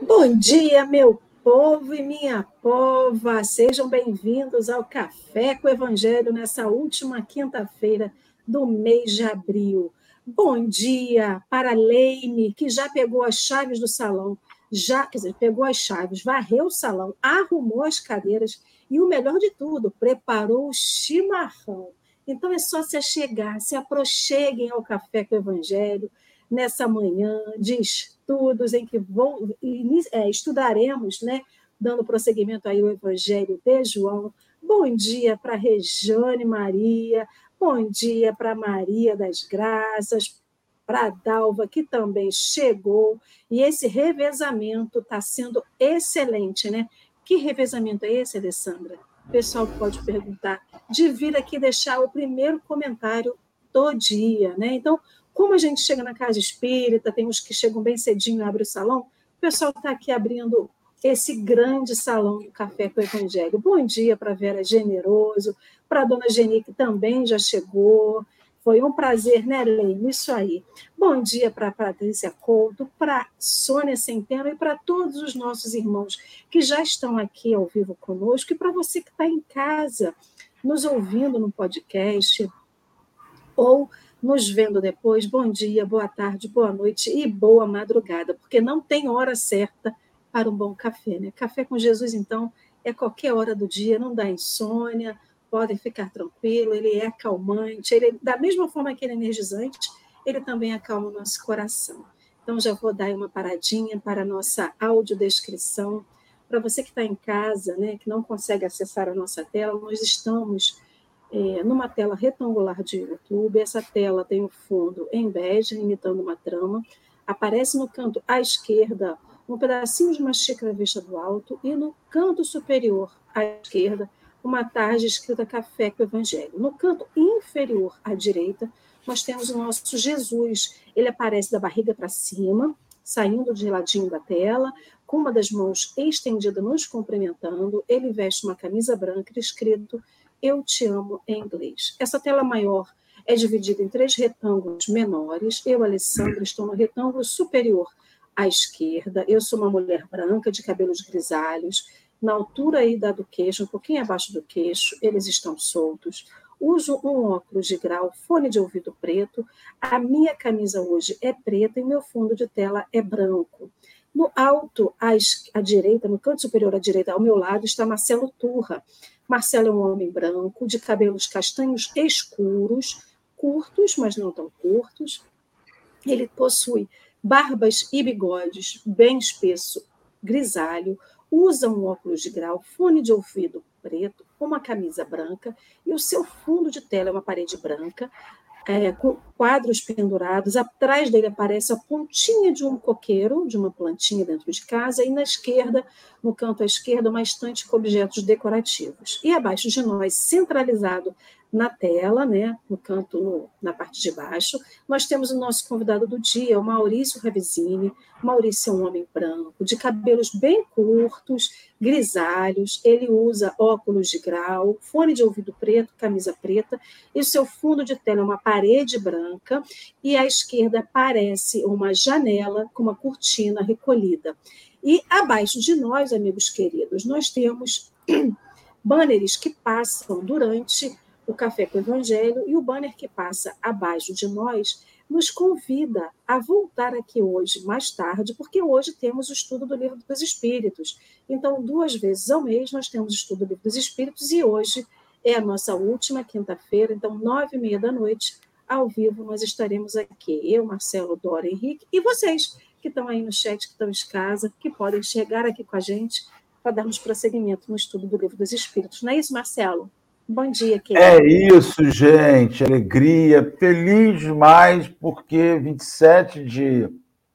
Bom dia, meu povo e minha pova. Sejam bem-vindos ao Café com o Evangelho nessa última quinta-feira do mês de abril. Bom dia para a Leime, que já pegou as chaves do salão, pegou as chaves, varreu o salão, arrumou as cadeiras e, o melhor de tudo, preparou o chimarrão. Então é só se achegar, se aproxeguem ao Café com o Evangelho nessa manhã de estudos em que estudaremos, né, dando prosseguimento aí ao Evangelho de João. Bom dia para Rejane Maria, bom dia para Maria das Graças, para a Dalva, que também chegou, e esse revezamento está sendo excelente, né? Que revezamento é esse, Alessandra? O pessoal pode perguntar, de vir aqui deixar o primeiro comentário do dia, né? Então, como a gente chega na casa espírita, tem uns que chegam bem cedinho e abrem o salão, o pessoal está aqui abrindo esse grande salão do Café com o Evangelho. Bom dia para a Vera Generoso, para a dona Geni, que também já chegou. Foi um prazer, né, Leime? Isso aí. Bom dia para a Patrícia Couto, para Sônia Centeno e para todos os nossos irmãos que já estão aqui ao vivo conosco e para você que está em casa, nos ouvindo no podcast ou nos vendo depois. Bom dia, boa tarde, boa noite e boa madrugada, porque não tem hora certa para um bom café, né? Café com Jesus, então, é qualquer hora do dia, não dá insônia, podem ficar tranquilos, ele é acalmante, ele, da mesma forma que ele é energizante, ele também acalma o nosso coração. Então, já vou dar uma paradinha para a nossa audiodescrição. Para você que está em casa, né, que não consegue acessar a nossa tela, nós estamos numa tela retangular de YouTube. Essa tela tem o fundo em bege, imitando uma trama. Aparece no canto à esquerda um pedacinho de uma xícara vista do alto e no canto superior à esquerda uma tarja escrita Café com o Evangelho. No canto inferior à direita nós temos o nosso Jesus. Ele aparece da barriga para cima, saindo de ladinho da tela, com uma das mãos estendida nos cumprimentando. Ele veste uma camisa branca escrito Eu Te Amo em inglês. Essa tela maior é dividida em 3 retângulos menores. Eu, Alessandra, estou no retângulo superior à esquerda. Eu sou uma mulher branca, de cabelos grisalhos, na altura aí do queixo, um pouquinho abaixo do queixo, eles estão soltos. Uso um óculos de grau, fone de ouvido preto. A minha camisa hoje é preta e meu fundo de tela é branco. No alto, à direita, no canto superior à direita, ao meu lado, está Marcelo Turra. Marcelo é um homem branco, de cabelos castanhos escuros, curtos, mas não tão curtos. Ele possui barbas e bigodes bem espesso, grisalho, usa um óculos de grau, fone de ouvido preto, uma camisa branca e o seu fundo de tela é uma parede branca, com quadros pendurados. Atrás dele aparece a pontinha de um coqueiro, de uma plantinha dentro de casa, e na esquerda, no canto à esquerda, uma estante com objetos decorativos. E abaixo de nós, centralizado na tela, né, no canto, na parte de baixo, nós temos o nosso convidado do dia, o Maurício Ravizini. Maurício é um homem branco, de cabelos bem curtos, grisalhos, ele usa óculos de grau, fone de ouvido preto, camisa preta, e o seu fundo de tela é uma parede branca, e à esquerda aparece uma janela com uma cortina recolhida. E abaixo de nós, amigos queridos, nós temos banners que passam durante o Café com o Evangelho, e o banner que passa abaixo de nós nos convida a voltar aqui hoje, mais tarde, porque hoje temos o estudo do Livro dos Espíritos. Então, 2 vezes ao mês nós temos o estudo do Livro dos Espíritos, e hoje é a nossa última quinta-feira, então, 9h30 da noite, ao vivo, nós estaremos aqui. Eu, Marcelo, Dora, Henrique, e vocês que estão aí no chat, que estão em casa, que podem chegar aqui com a gente para darmos prosseguimento no estudo do Livro dos Espíritos. Não é isso, Marcelo? Bom dia, É querido. isso, gente. Alegria. Feliz demais, porque 27 de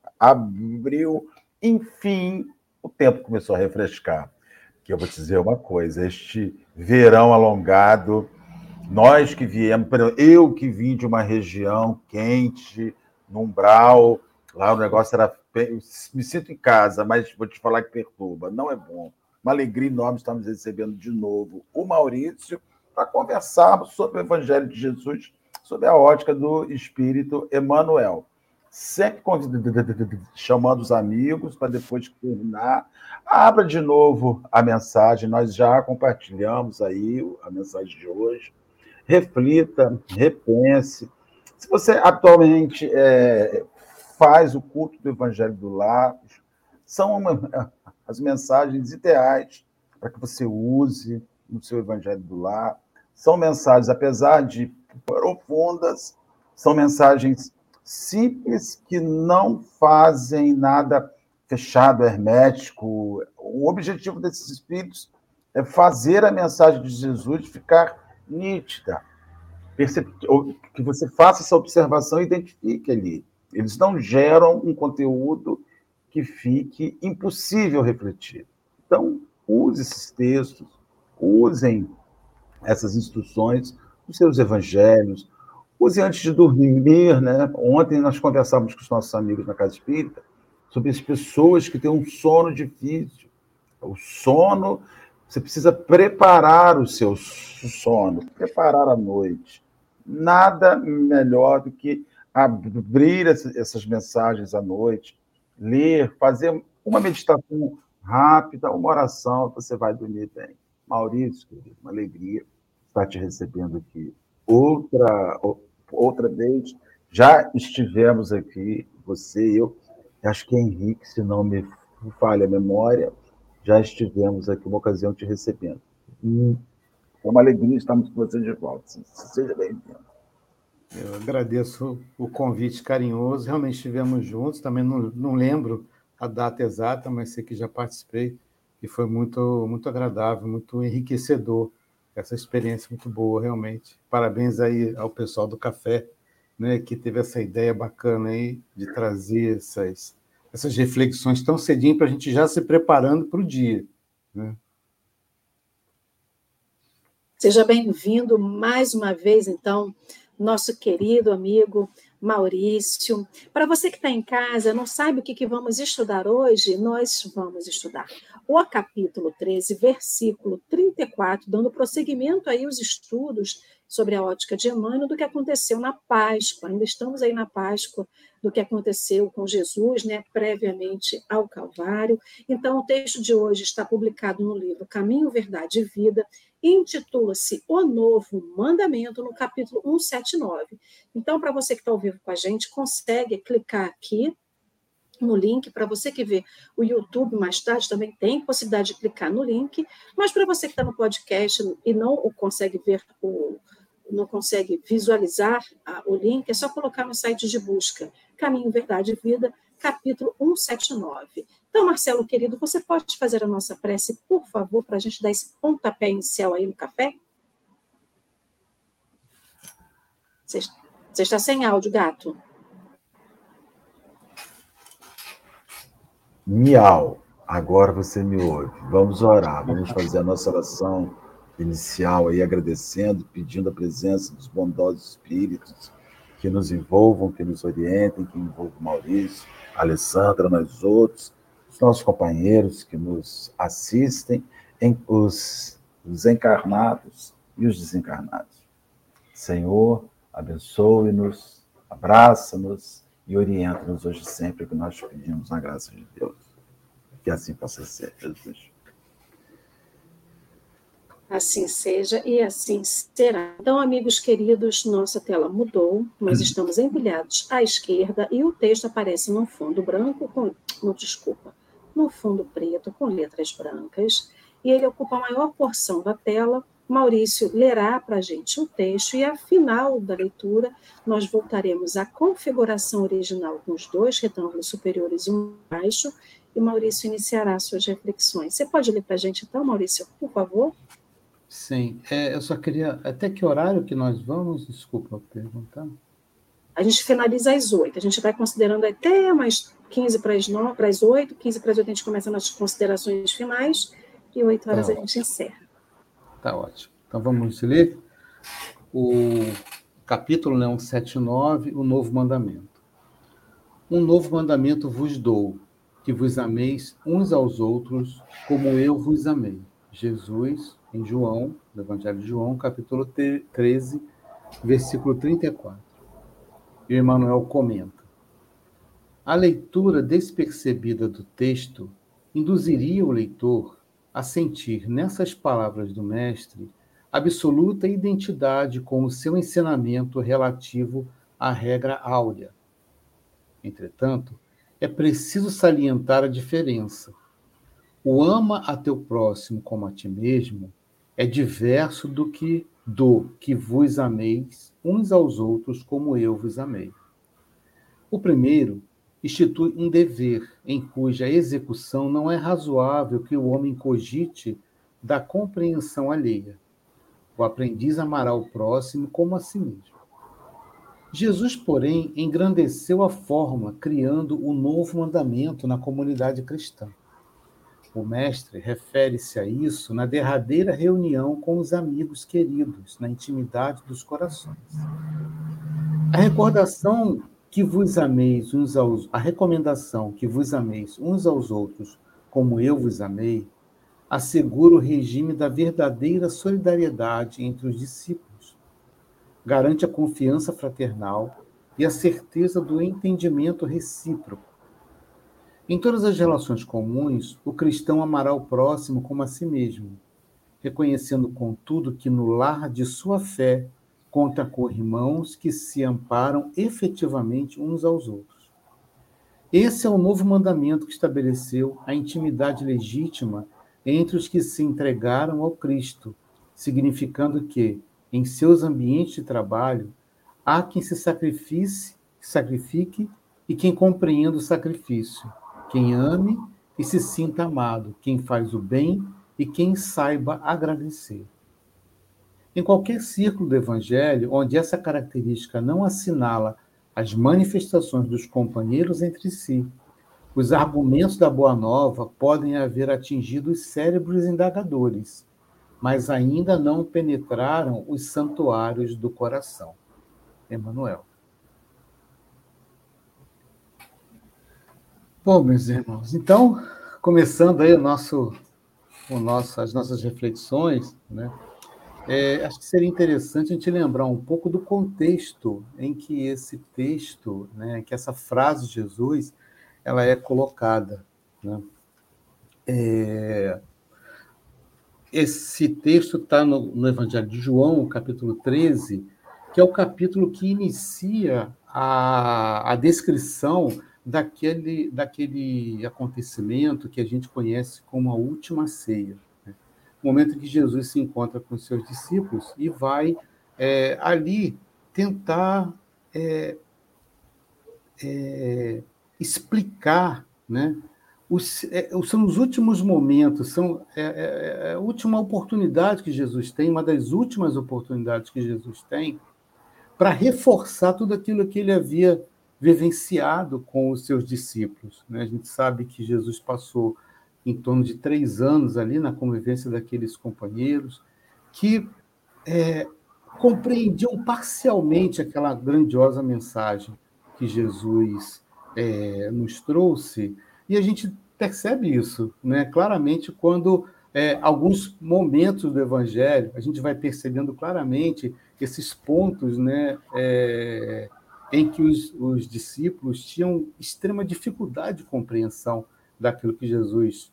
abril, enfim, o tempo começou a refrescar. Que eu vou te dizer uma coisa: este verão alongado, nós que viemos, eu que vim de uma região quente, no umbral, lá o negócio era. Me sinto em casa, mas vou te falar que perturba, não é bom. Uma alegria enorme estarmos recebendo de novo o Maurício para conversarmos sobre o Evangelho de Jesus, sob a ótica do Espírito Emmanuel. sempre chamando os amigos para depois de terminar. Abra de novo a mensagem, nós já compartilhamos aí a mensagem de hoje. Reflita, repense. Se você atualmente faz o culto do Evangelho do Lar, são as mensagens ideais para que você use no seu Evangelho do Lar. São mensagens, apesar de profundas, são mensagens simples que não fazem nada fechado, hermético. O objetivo desses espíritos é fazer a mensagem de Jesus ficar nítida, que você faça essa observação e identifique ali. Eles não geram um conteúdo que fique impossível refletir. Então, use esses textos, usem essas instruções nos seus evangelhos, use antes de dormir, né? Ontem nós conversávamos com os nossos amigos na Casa Espírita sobre as pessoas que têm um sono difícil. O sono, você precisa preparar o seu sono, preparar a noite. Nada melhor do que abrir essas mensagens à noite, ler, fazer uma meditação rápida, uma oração, você vai dormir bem. Maurício, querido, uma alegria estar te recebendo aqui. Outra vez, já estivemos aqui, você e eu, acho que é Henrique, se não me falha a memória, já estivemos aqui uma ocasião te recebendo. É uma alegria estarmos com você de volta. Seja bem-vindo. Eu agradeço o convite carinhoso. Realmente estivemos juntos. Também não lembro a data exata, mas sei que já participei e foi muito, muito agradável, muito enriquecedor. Essa experiência muito boa, realmente. Parabéns aí ao pessoal do café, né, que teve essa ideia bacana aí de trazer essas reflexões tão cedinho para a gente já se preparando para o dia, né? Seja bem-vindo mais uma vez, então, nosso querido amigo Maurício. Para você que está em casa, não sabe o que vamos estudar hoje, nós vamos estudar o capítulo 13, versículo 34, dando prosseguimento aí aos estudos sobre a ótica de Emmanuel do que aconteceu na Páscoa. Ainda estamos aí na Páscoa, do que aconteceu com Jesus, né, previamente ao Calvário. Então, o texto de hoje está publicado no livro Caminho, Verdade e Vida, intitula-se O Novo Mandamento, no capítulo 179. Então, para você que está ao vivo com a gente, consegue clicar aqui no link. Para você que vê o YouTube mais tarde, também tem possibilidade de clicar no link, mas para você que está no podcast e não consegue ver não consegue visualizar o link, é só colocar no site de busca Caminho, Verdade e Vida, capítulo 179. Então, Marcelo, querido, você pode fazer a nossa prece, por favor, para a gente dar esse pontapé inicial aí no café? Você está sem áudio, gato. Miau, agora você me ouve. Vamos orar, vamos fazer a nossa oração inicial aí, agradecendo, pedindo a presença dos bondosos espíritos que nos envolvam, que nos orientem, que envolvam Maurício, Alessandra, nós outros, os nossos companheiros que nos assistem, os encarnados e os desencarnados. Senhor, abençoe-nos, abraça-nos e orienta-nos hoje sempre que nós pedimos na graça de Deus. Que assim possa ser, Jesus. Assim seja e assim será. Então, amigos queridos, nossa tela mudou, nós estamos empilhados à esquerda e o texto aparece no fundo branco, no fundo preto, com letras brancas, e ele ocupa a maior porção da tela. Maurício lerá para a gente o texto e, ao final da leitura, nós voltaremos à configuração original com os dois retângulos superiores e um baixo, e Maurício iniciará suas reflexões. Você pode ler para a gente, então, Maurício, por favor? Sim, eu só queria... Até que horário que nós vamos? Desculpa perguntar. A gente finaliza às 8. A gente vai considerando até mais 15 para as 8. 15 para as 8 a gente começa nas considerações finais e 8 horas a gente encerra. Tá ótimo. Então vamos ler o capítulo 179, o Novo Mandamento. Um novo mandamento vos dou, que vos ameis uns aos outros como eu vos amei. Jesus, em João, no Evangelho de João, capítulo 13, versículo 34. E o Emmanuel comenta: A leitura despercebida do texto induziria o leitor a sentir nessas palavras do Mestre absoluta identidade com o seu ensinamento relativo à regra áurea. Entretanto, é preciso salientar a diferença. O ama a teu próximo como a ti mesmo é diverso do que vos ameis uns aos outros como eu vos amei. O primeiro institui um dever em cuja execução não é razoável que o homem cogite da compreensão alheia. O aprendiz amará o próximo como a si mesmo. Jesus, porém, engrandeceu a forma, criando o novo mandamento na comunidade cristã. O Mestre refere-se a isso na derradeira reunião com os amigos queridos, na intimidade dos corações. A recomendação que vos ameis uns aos outros, como eu vos amei, assegura o regime da verdadeira solidariedade entre os discípulos. Garante a confiança fraternal e a certeza do entendimento recíproco. Em todas as relações comuns, o cristão amará o próximo como a si mesmo, reconhecendo, contudo, que no lar de sua fé conta com irmãos que se amparam efetivamente uns aos outros. Esse é o novo mandamento que estabeleceu a intimidade legítima entre os que se entregaram ao Cristo, significando que, em seus ambientes de trabalho, há quem se sacrifique e quem compreenda o sacrifício, quem ame e se sinta amado, quem faz o bem e quem saiba agradecer. Em qualquer círculo do Evangelho, onde essa característica não assinala as manifestações dos companheiros entre si, os argumentos da Boa Nova podem haver atingido os cérebros indagadores, mas ainda não penetraram os santuários do coração. Emmanuel. Bom, meus irmãos, então, começando aí as nossas reflexões, né? Acho que seria interessante a gente lembrar um pouco do contexto em que esse texto, né, que essa frase de Jesus, ela é colocada, né? Esse texto está no Evangelho de João, capítulo 13, que é o capítulo que inicia a descrição daquele acontecimento que a gente conhece como a última ceia. Né? O momento em que Jesus se encontra com os seus discípulos e vai ali tentar explicar, né? São os últimos momentos, a última oportunidade que Jesus tem, uma das últimas oportunidades que Jesus tem para reforçar tudo aquilo que ele havia vivenciado com os seus discípulos. Né? A gente sabe que Jesus passou em torno de 3 anos ali na convivência daqueles companheiros que compreendiam parcialmente aquela grandiosa mensagem que Jesus nos trouxe, e a gente percebe isso, né, claramente quando alguns momentos do Evangelho, a gente vai percebendo claramente esses pontos, né, em que os discípulos tinham extrema dificuldade de compreensão daquilo que Jesus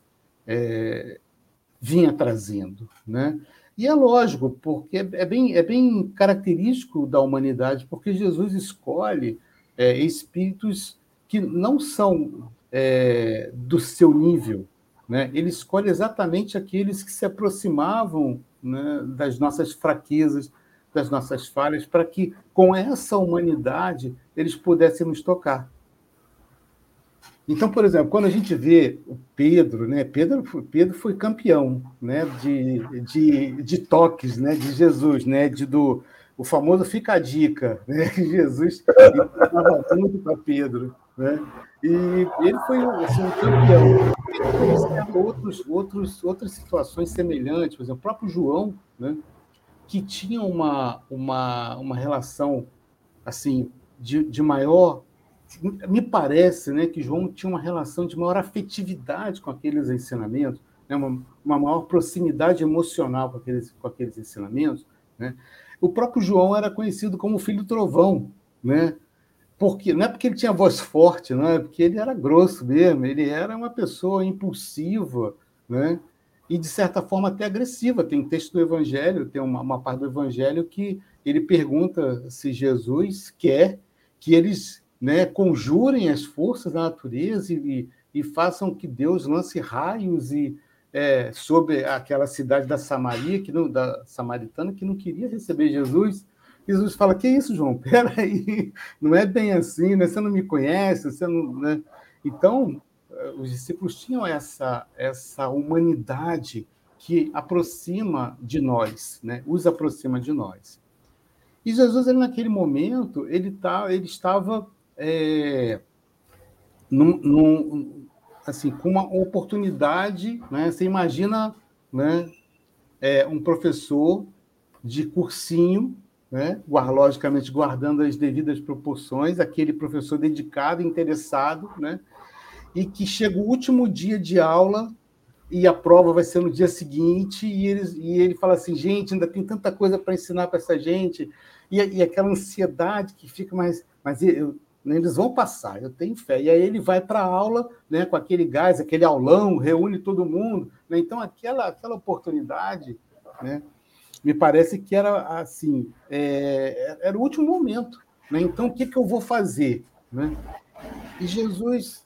vinha trazendo, né? E é lógico, porque é bem característico da humanidade, porque Jesus escolhe espíritos que não são do seu nível, né? Ele escolhe exatamente aqueles que se aproximavam, né, das nossas fraquezas, das nossas falhas, para que, com essa humanidade, eles pudessem nos tocar. Então, por exemplo, quando a gente vê o Pedro, né? Pedro foi campeão, né? de toques, né? De Jesus, né? O famoso fica a dica, né? Que Jesus estava muito para Pedro, né? E ele foi assim, um campeão. Ele outras situações semelhantes, por exemplo, o próprio João, né? Que tinha uma relação assim de maior. Me parece, né, que João tinha uma relação de maior afetividade com aqueles ensinamentos, né, uma maior proximidade emocional com aqueles ensinamentos. Né? O próprio João era conhecido como filho do trovão, né? porque não é porque ele tinha voz forte, não é porque ele era grosso mesmo, ele era uma pessoa impulsiva, né? E, de certa forma, até agressiva. Tem texto do Evangelho, tem uma parte do Evangelho que ele pergunta se Jesus quer que eles, né, conjurem as forças da natureza e façam que Deus lance raios sobre aquela cidade da Samaria, da Samaritana, que não queria receber Jesus. Jesus fala, que isso, João? Peraí, não é bem assim, né? Você não me conhece, você não... Né? Então, os discípulos tinham essa humanidade que aproxima de nós, né? Os aproxima de nós. E Jesus, ele, naquele momento, ele estava assim, com uma oportunidade, né? Você imagina, né, um professor de cursinho, né, logicamente guardando as devidas proporções, aquele professor dedicado, interessado, né, e que chega o último dia de aula e a prova vai ser no dia seguinte, e ele fala assim, gente, ainda tem tanta coisa para ensinar para essa gente, e aquela ansiedade que fica, mas eles vão passar, eu tenho fé. E aí ele vai para a aula, né, com aquele gás, aquele aulão, reúne todo mundo, né? Então aquela oportunidade, né, me parece que era assim, era o último momento, né? Então o que eu vou fazer, né? E Jesus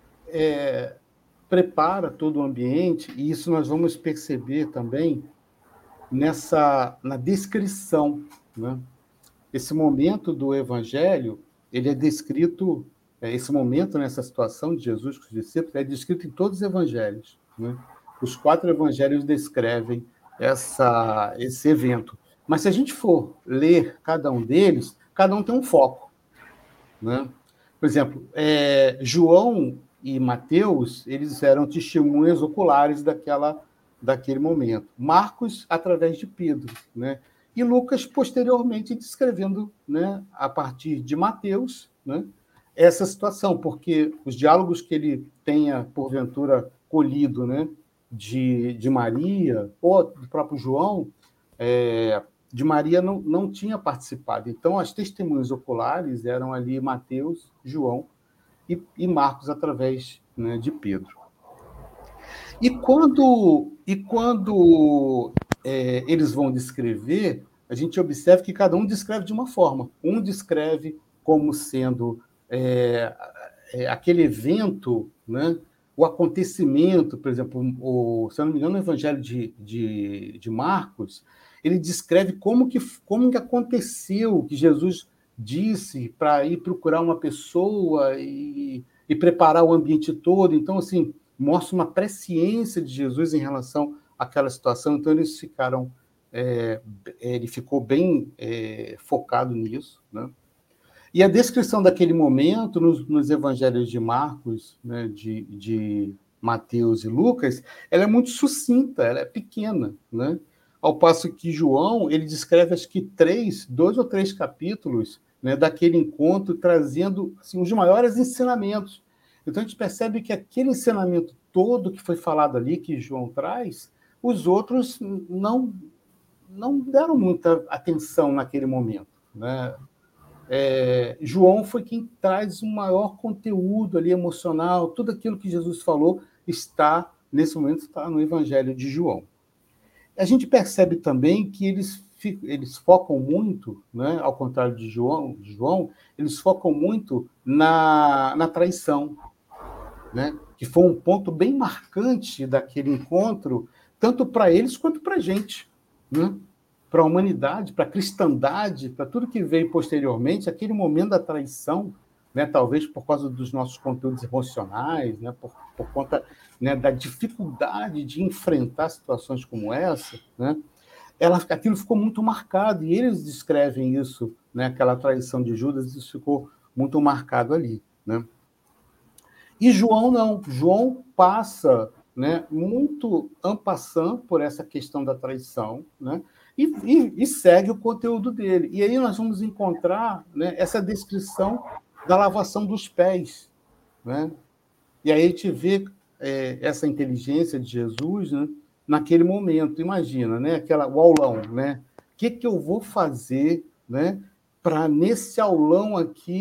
prepara todo o ambiente, e isso nós vamos perceber também na descrição, né? Esse momento do Evangelho, ele é descrito, esse momento, nessa situação de Jesus com os discípulos, é descrito em todos os Evangelhos, né? Os 4 Evangelhos descrevem esse evento. Mas se a gente for ler cada um deles, cada um tem um foco, né? Por exemplo, João e Mateus, eles eram testemunhas oculares daquele momento. Marcos, através de Pedro, né? E Lucas, posteriormente, descrevendo, né, a partir de Mateus, né, essa situação, porque os diálogos que ele tenha, porventura, colhido, né, de Maria, ou do próprio João, de Maria não tinha participado. Então, as testemunhas oculares eram ali Mateus, João e Marcos, através, né, de Pedro. E quando eles vão descrever, a gente observa que cada um descreve de uma forma. Um descreve como sendo aquele evento, né, o acontecimento, por exemplo, se eu não me engano, no Evangelho de Marcos, ele descreve como que aconteceu, que Jesus disse para ir procurar uma pessoa e preparar o ambiente todo. Então, assim, mostra uma presciência de Jesus em relação àquela situação. Então, ele ficou bem focado nisso, né? E a descrição daquele momento nos evangelhos de Marcos, né, de Mateus e Lucas, ela é muito sucinta, ela é pequena, né? Ao passo que João, ele descreve, acho que 2 ou 3 capítulos, né, daquele encontro, trazendo, assim, os maiores ensinamentos. Então, a gente percebe que aquele ensinamento todo que foi falado ali, que João traz, os outros não deram muita atenção naquele momento, né? João foi quem traz o maior conteúdo ali emocional, tudo aquilo que Jesus falou nesse momento, está no Evangelho de João. A gente percebe também que eles focam muito, né, ao contrário de João, eles focam muito na traição, né, que foi um ponto bem marcante daquele encontro, tanto para eles quanto para a gente, né? Para a humanidade, para a cristandade, para tudo que veio posteriormente, aquele momento da traição, né, talvez por causa dos nossos conteúdos emocionais, né, por conta, né, da dificuldade de enfrentar situações como essa, né, aquilo ficou muito marcado, e eles descrevem isso, né, aquela traição de Judas, isso ficou muito marcado ali, né? E João não. João passa, né, muito en passant por essa questão da traição, né, e segue o conteúdo dele. E aí nós vamos encontrar, né, essa descrição da lavação dos pés, né? E aí a gente vê essa inteligência de Jesus, né, naquele momento. Imagina, né, o aulão, né? O que eu vou fazer, né, para nesse aulão aqui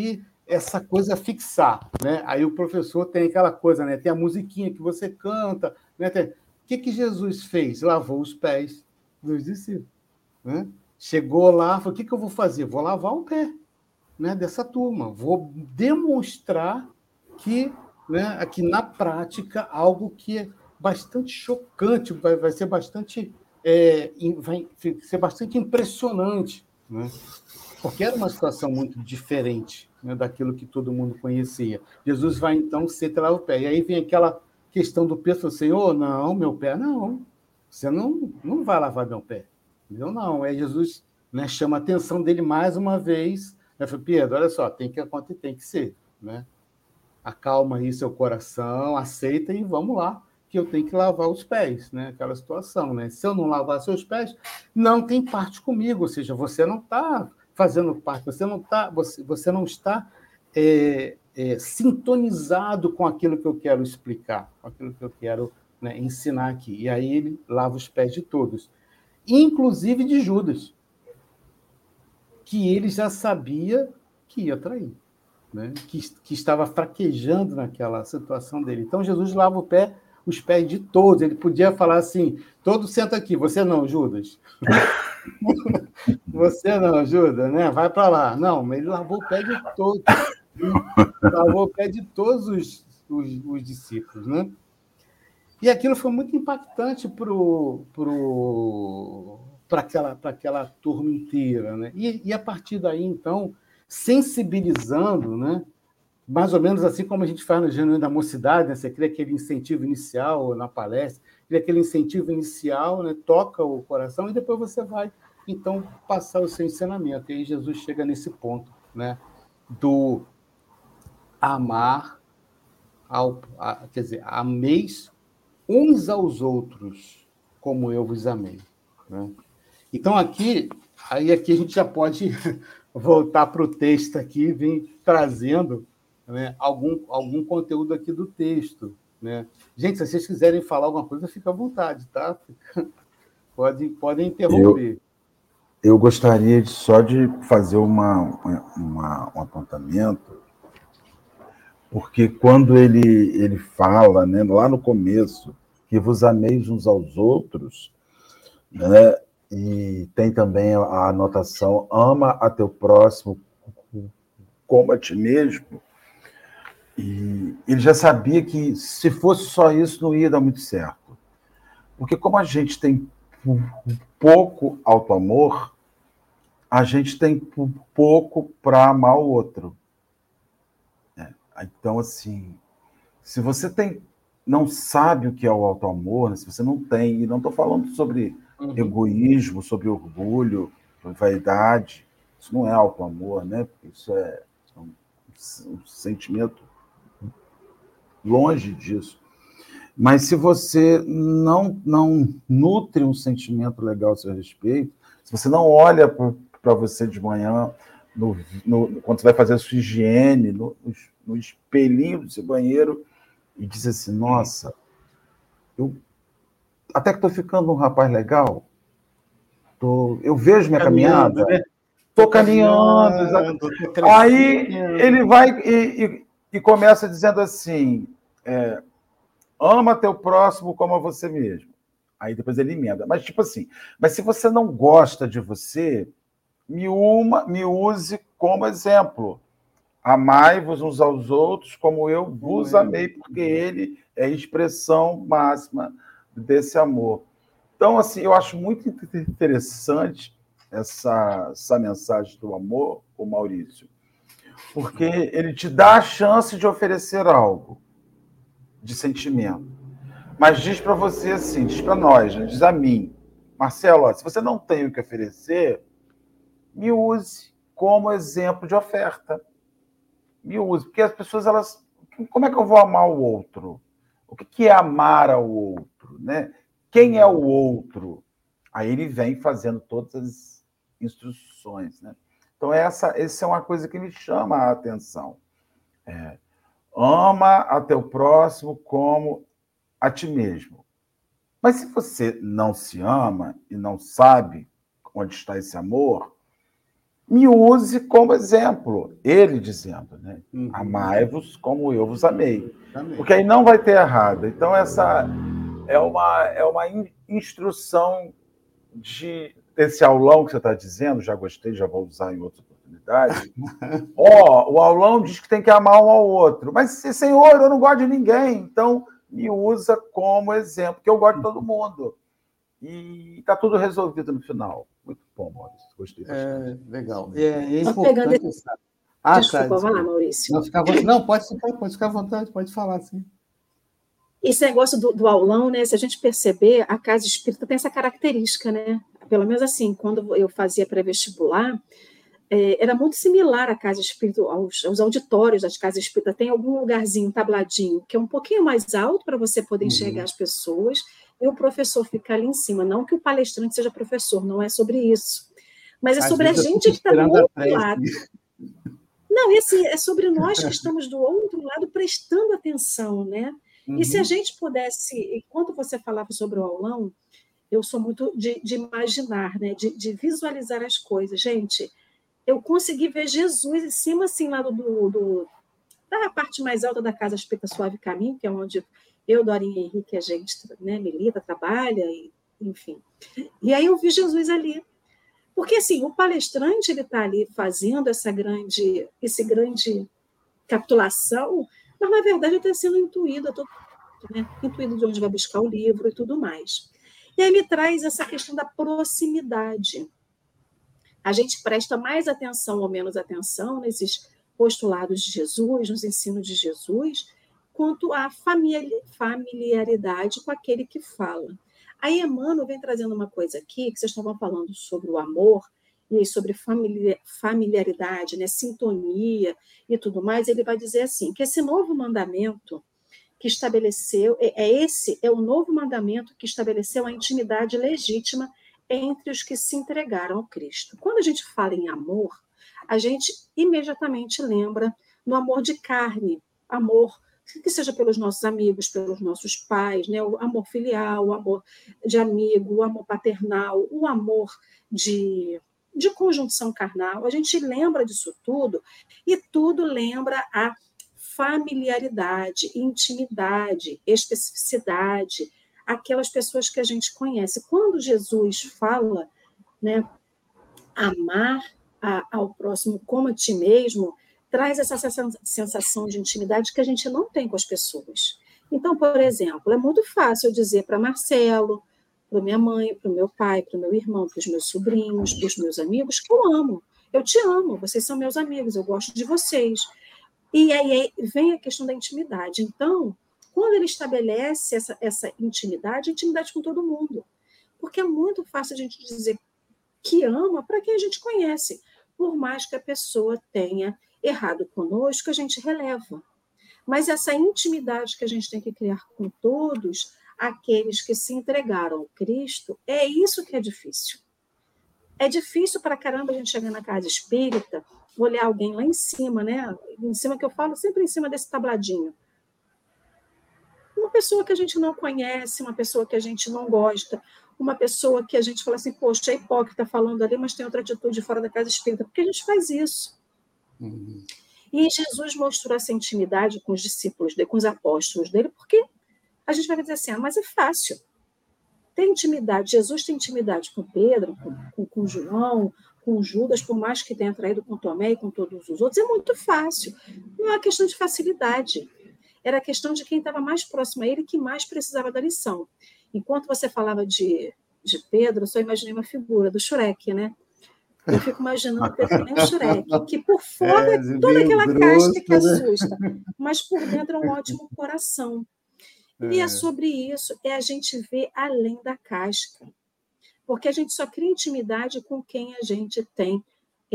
essa coisa fixar, né? Aí o professor tem aquela coisa, né? Tem a musiquinha que você canta, né? O que Jesus fez? Lavou os pés dos discípulos, né? Chegou lá, falou: o que eu vou fazer? Vou lavar o pé, né, dessa turma. Vou demonstrar que, né, aqui na prática, algo que é bastante chocante, vai ser bastante, vai ser bastante impressionante, né? Porque era uma situação muito diferente, né, daquilo que todo mundo conhecia. Jesus vai, então, secar o pé. E aí vem aquela questão do peso, Senhor, não, meu pé, não. Você não vai lavar meu pé. Entendeu? Não. Aí Jesus, né, chama a atenção dele mais uma vez. Né, fala: Pedro, olha só, tem que acontecer, tem que ser. Né? Acalma aí seu coração, aceita e vamos lá, que eu tenho que lavar os pés. Né? Aquela situação. Né? Se eu não lavar seus pés, não tem parte comigo. Ou seja, você não está fazendo parte, você não está sintonizado com aquilo que eu quero explicar, com aquilo que eu quero, né, ensinar aqui. E aí ele lava os pés de todos, inclusive de Judas, que ele já sabia que ia trair, né, que estava fraquejando naquela situação dele. Então Jesus lava os pés de todos. Ele podia falar assim: todo senta aqui, você não, Judas. Você não ajuda, né? Vai para lá. Não, mas ele lavou o pé de todos. Lavou o pé de todos os discípulos, né? E aquilo foi muito impactante para aquela turma inteira, né? E a partir daí, então, sensibilizando, né? Mais ou menos assim como a gente faz no Genuíno da Mocidade, né? Você cria aquele incentivo inicial na palestra, cria aquele incentivo inicial, né? Toca o coração, e depois você vai, então, passar o seu ensinamento. E aí Jesus chega nesse ponto, né? Do amar, quer dizer, ameis uns aos outros como eu vos amei. Né? Então, aqui a gente já pode voltar para o texto aqui e vir trazendo, né, algum conteúdo aqui do texto. Né? Gente, se vocês quiserem falar alguma coisa, fica à vontade, tá? Podem interromper. Eu gostaria só de fazer um apontamento, porque quando ele fala, né, lá no começo, que vos ameis uns aos outros, né, e tem também a anotação: ama a teu próximo como a ti mesmo. E ele já sabia que, se fosse só isso, não ia dar muito certo. Porque como a gente tem pouco auto-amor, a gente tem pouco para amar o outro. Então, assim, se você não sabe o que é o auto-amor, né? Se você não tem, e não estou falando sobre egoísmo, sobre orgulho, sobre vaidade, isso não é auto-amor, né? Isso é um sentimento longe disso. Mas se você não nutre um sentimento legal a seu respeito, se você não olha para você de manhã, quando você vai fazer a sua higiene, no espelhinho do seu banheiro, e diz assim: nossa, eu até que estou ficando um rapaz legal, eu vejo minha caminhada, estou caminhando. Aí ele vai e começa dizendo assim: ama teu próximo como a você mesmo. Aí depois ele emenda. Mas tipo assim, mas se você não gosta de você, me use como exemplo. Amai-vos uns aos outros como eu vos amei, porque ele é a expressão máxima desse amor. Então, assim, eu acho muito interessante essa mensagem do amor, o Maurício, porque ele te dá a chance de oferecer algo de sentimento. Mas diz para você assim, diz para nós, né? Diz a mim: Marcelo, ó, se você não tem o que oferecer, me use como exemplo de oferta. Me use, porque as pessoas, como é que eu vou amar o outro? O que é amar ao outro, né? Quem é o outro? Aí ele vem fazendo todas as instruções, né? Então essa é uma coisa que me chama a atenção. Ama a teu próximo como a ti mesmo. Mas se você não se ama e não sabe onde está esse amor, me use como exemplo. Ele dizendo, né? Uhum. Amai-vos como eu vos amei. Amém. Porque aí não vai ter errado. Então, essa é uma instrução desse aulão que você está dizendo, já gostei, já vou usar em outra oportunidade. O aulão diz que tem que amar um ao outro. Mas, Senhor, eu não gosto de ninguém. Então, me usa como exemplo, porque eu gosto de todo mundo. E está tudo resolvido no final. Muito bom, Maurício. Gostei bastante. Legal. É Só pegando importante. Tá, Desculpa, vai lá, Maurício. Não, pode ficar à vontade, pode falar, sim. Esse negócio do aulão, né? Se a gente perceber, a casa espírita tem essa característica, né? Pelo menos assim, quando eu fazia pré-vestibular, era muito similar à casa espírita, aos auditórios das casas espíritas. Tem algum lugarzinho, um tabladinho, que é um pouquinho mais alto para você poder enxergar as pessoas, e o professor fica ali em cima. Não que o palestrante seja professor, não é sobre isso. Mas é sobre a gente que está do outro lado. Não, e assim, é sobre nós que estamos do outro lado prestando atenção, né? E se a gente pudesse, enquanto você falava sobre o aulão, eu sou muito de imaginar, né? De visualizar as coisas. Gente, eu consegui ver Jesus em cima, assim, lá da parte mais alta da Casa Espírita Suave Caminho, que é onde eu, Dorinha e Henrique, a gente, né, milita, trabalha, enfim. E aí eu vi Jesus ali. Porque, assim, o palestrante, ele está ali fazendo essa grande capitulação, mas, na verdade, está sendo intuído, né? Intuído de onde vai buscar o livro e tudo mais. E aí me traz essa questão da proximidade. A gente presta mais atenção ou menos atenção nesses postulados de Jesus, nos ensinos de Jesus, quanto à familiaridade com aquele que fala. Aí Emmanuel vem trazendo uma coisa aqui, que vocês estavam falando sobre o amor, e sobre familiaridade, né, sintonia e tudo mais. Ele vai dizer assim, que esse novo mandamento que estabeleceu, esse é o novo mandamento que estabeleceu a intimidade legítima entre os que se entregaram ao Cristo. Quando a gente fala em amor, a gente imediatamente lembra no amor de carne, amor que seja pelos nossos amigos, pelos nossos pais, né? O amor filial, o amor de amigo, o amor paternal, o amor de conjunção carnal. A gente lembra disso tudo e tudo lembra a familiaridade, intimidade, especificidade, aquelas pessoas que a gente conhece. Quando Jesus fala, né, amar ao próximo como a ti mesmo, traz essa sensação de intimidade que a gente não tem com as pessoas. Então, por exemplo, é muito fácil eu dizer para Marcelo, para minha mãe, para o meu pai, para o meu irmão, para os meus sobrinhos, para os meus amigos, que eu amo. Eu te amo, vocês são meus amigos, eu gosto de vocês. E aí vem a questão da intimidade. Então, quando ele estabelece essa intimidade, intimidade com todo mundo. Porque é muito fácil a gente dizer que ama para quem a gente conhece. Por mais que a pessoa tenha errado conosco, a gente releva. Mas essa intimidade que a gente tem que criar com todos aqueles que se entregaram ao Cristo, é isso que é difícil. É difícil para caramba a gente chegar na casa espírita, olhar alguém lá em cima, né? Em cima que eu falo, sempre em cima desse tabladinho. Uma pessoa que a gente não conhece, uma pessoa que a gente não gosta, uma pessoa que a gente fala assim, poxa, é hipócrita falando ali, mas tem outra atitude fora da casa espírita, porque a gente faz isso. E Jesus mostrou essa intimidade com os discípulos dele, com os apóstolos dele, porque a gente vai dizer assim, mas é fácil. Tem intimidade, Jesus tem intimidade com Pedro, com João, com Judas, por mais que tenha traído com Tomé e com todos os outros, é muito fácil. Não é uma questão de facilidade. Era a questão de quem estava mais próximo a ele que mais precisava da lição. Enquanto você falava de Pedro, eu só imaginei uma figura do Shrek, né? Eu fico imaginando Pedro nem o Shrek, que por fora é toda aquela casca que assusta, mas por dentro é um ótimo coração. E é sobre isso, é a gente ver além da casca. Porque a gente só cria intimidade com quem a gente tem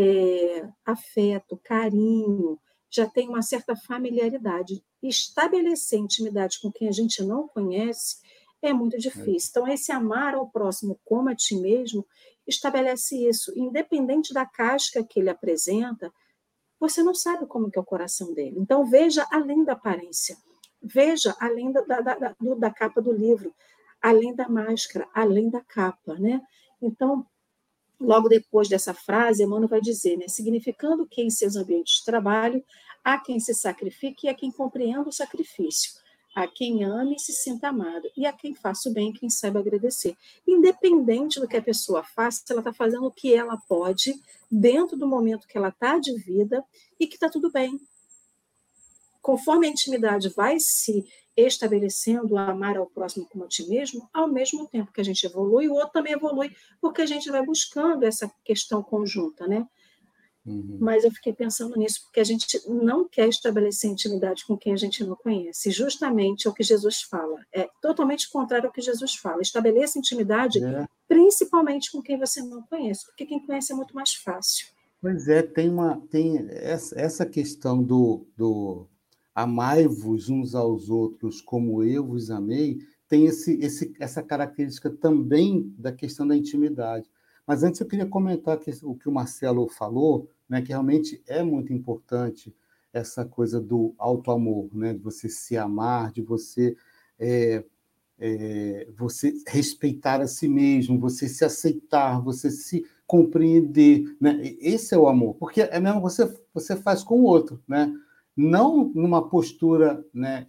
afeto, carinho, já tem uma certa familiaridade. Estabelecer intimidade com quem a gente não conhece é muito difícil. Então, esse amar ao próximo como a ti mesmo estabelece isso. Independente da casca que ele apresenta, você não sabe como que é o coração dele. Então, veja além da aparência. Veja além da capa do livro, além da máscara, além da capa, né? Então, logo depois dessa frase, Emmanuel vai dizer, né, significando que em seus ambientes de trabalho há quem se sacrifique e há quem compreenda o sacrifício, há quem ame e se sinta amado, e há quem faça o bem e quem saiba agradecer. Independente do que a pessoa faça, ela está fazendo o que ela pode, dentro do momento que ela está de vida, e que está tudo bem. Conforme a intimidade vai se estabelecendo, amar ao próximo como a ti mesmo, ao mesmo tempo que a gente evolui, o outro também evolui, porque a gente vai buscando essa questão conjunta, né? Mas eu fiquei pensando nisso, porque a gente não quer estabelecer intimidade com quem a gente não conhece. Justamente é o que Jesus fala. É totalmente contrário ao que Jesus fala. Estabeleça intimidade, principalmente com quem você não conhece, porque quem conhece é muito mais fácil. Pois é, tem essa questão do amai-vos uns aos outros como eu vos amei, tem essa característica também da questão da intimidade. Mas antes eu queria comentar o que o Marcelo falou, né, que realmente é muito importante essa coisa do auto-amor, né, de você se amar, de você você respeitar a si mesmo, você se aceitar, você se compreender, né? Esse é o amor, porque é mesmo você faz com o outro, né? Não numa postura, né,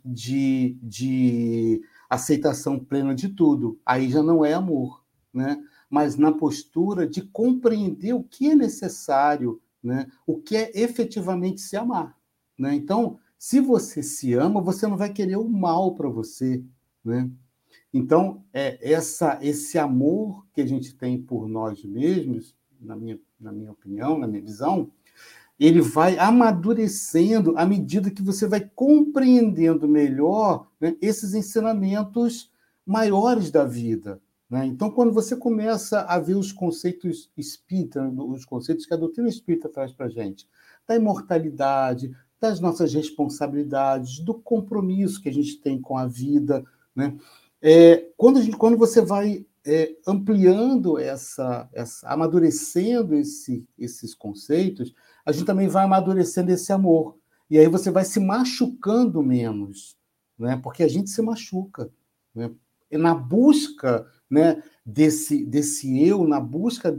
de aceitação plena de tudo, aí já não é amor, né? Mas na postura de compreender o que é necessário, né? O que é efetivamente se amar, né? Então, se você se ama, você não vai querer o mal para você, né? Então, esse amor que a gente tem por nós mesmos, na minha opinião, na minha visão, ele vai amadurecendo à medida que você vai compreendendo melhor, né, esses ensinamentos maiores da vida, né? Então, quando você começa a ver os conceitos espíritas, os conceitos que a doutrina espírita traz para a gente, da imortalidade, das nossas responsabilidades, do compromisso que a gente tem com a vida, né? Quando você vai ampliando amadurecendo esses conceitos, a gente também vai amadurecendo esse amor. E aí você vai se machucando menos, né? Porque a gente se machuca, né? E na busca, né, desse eu, na busca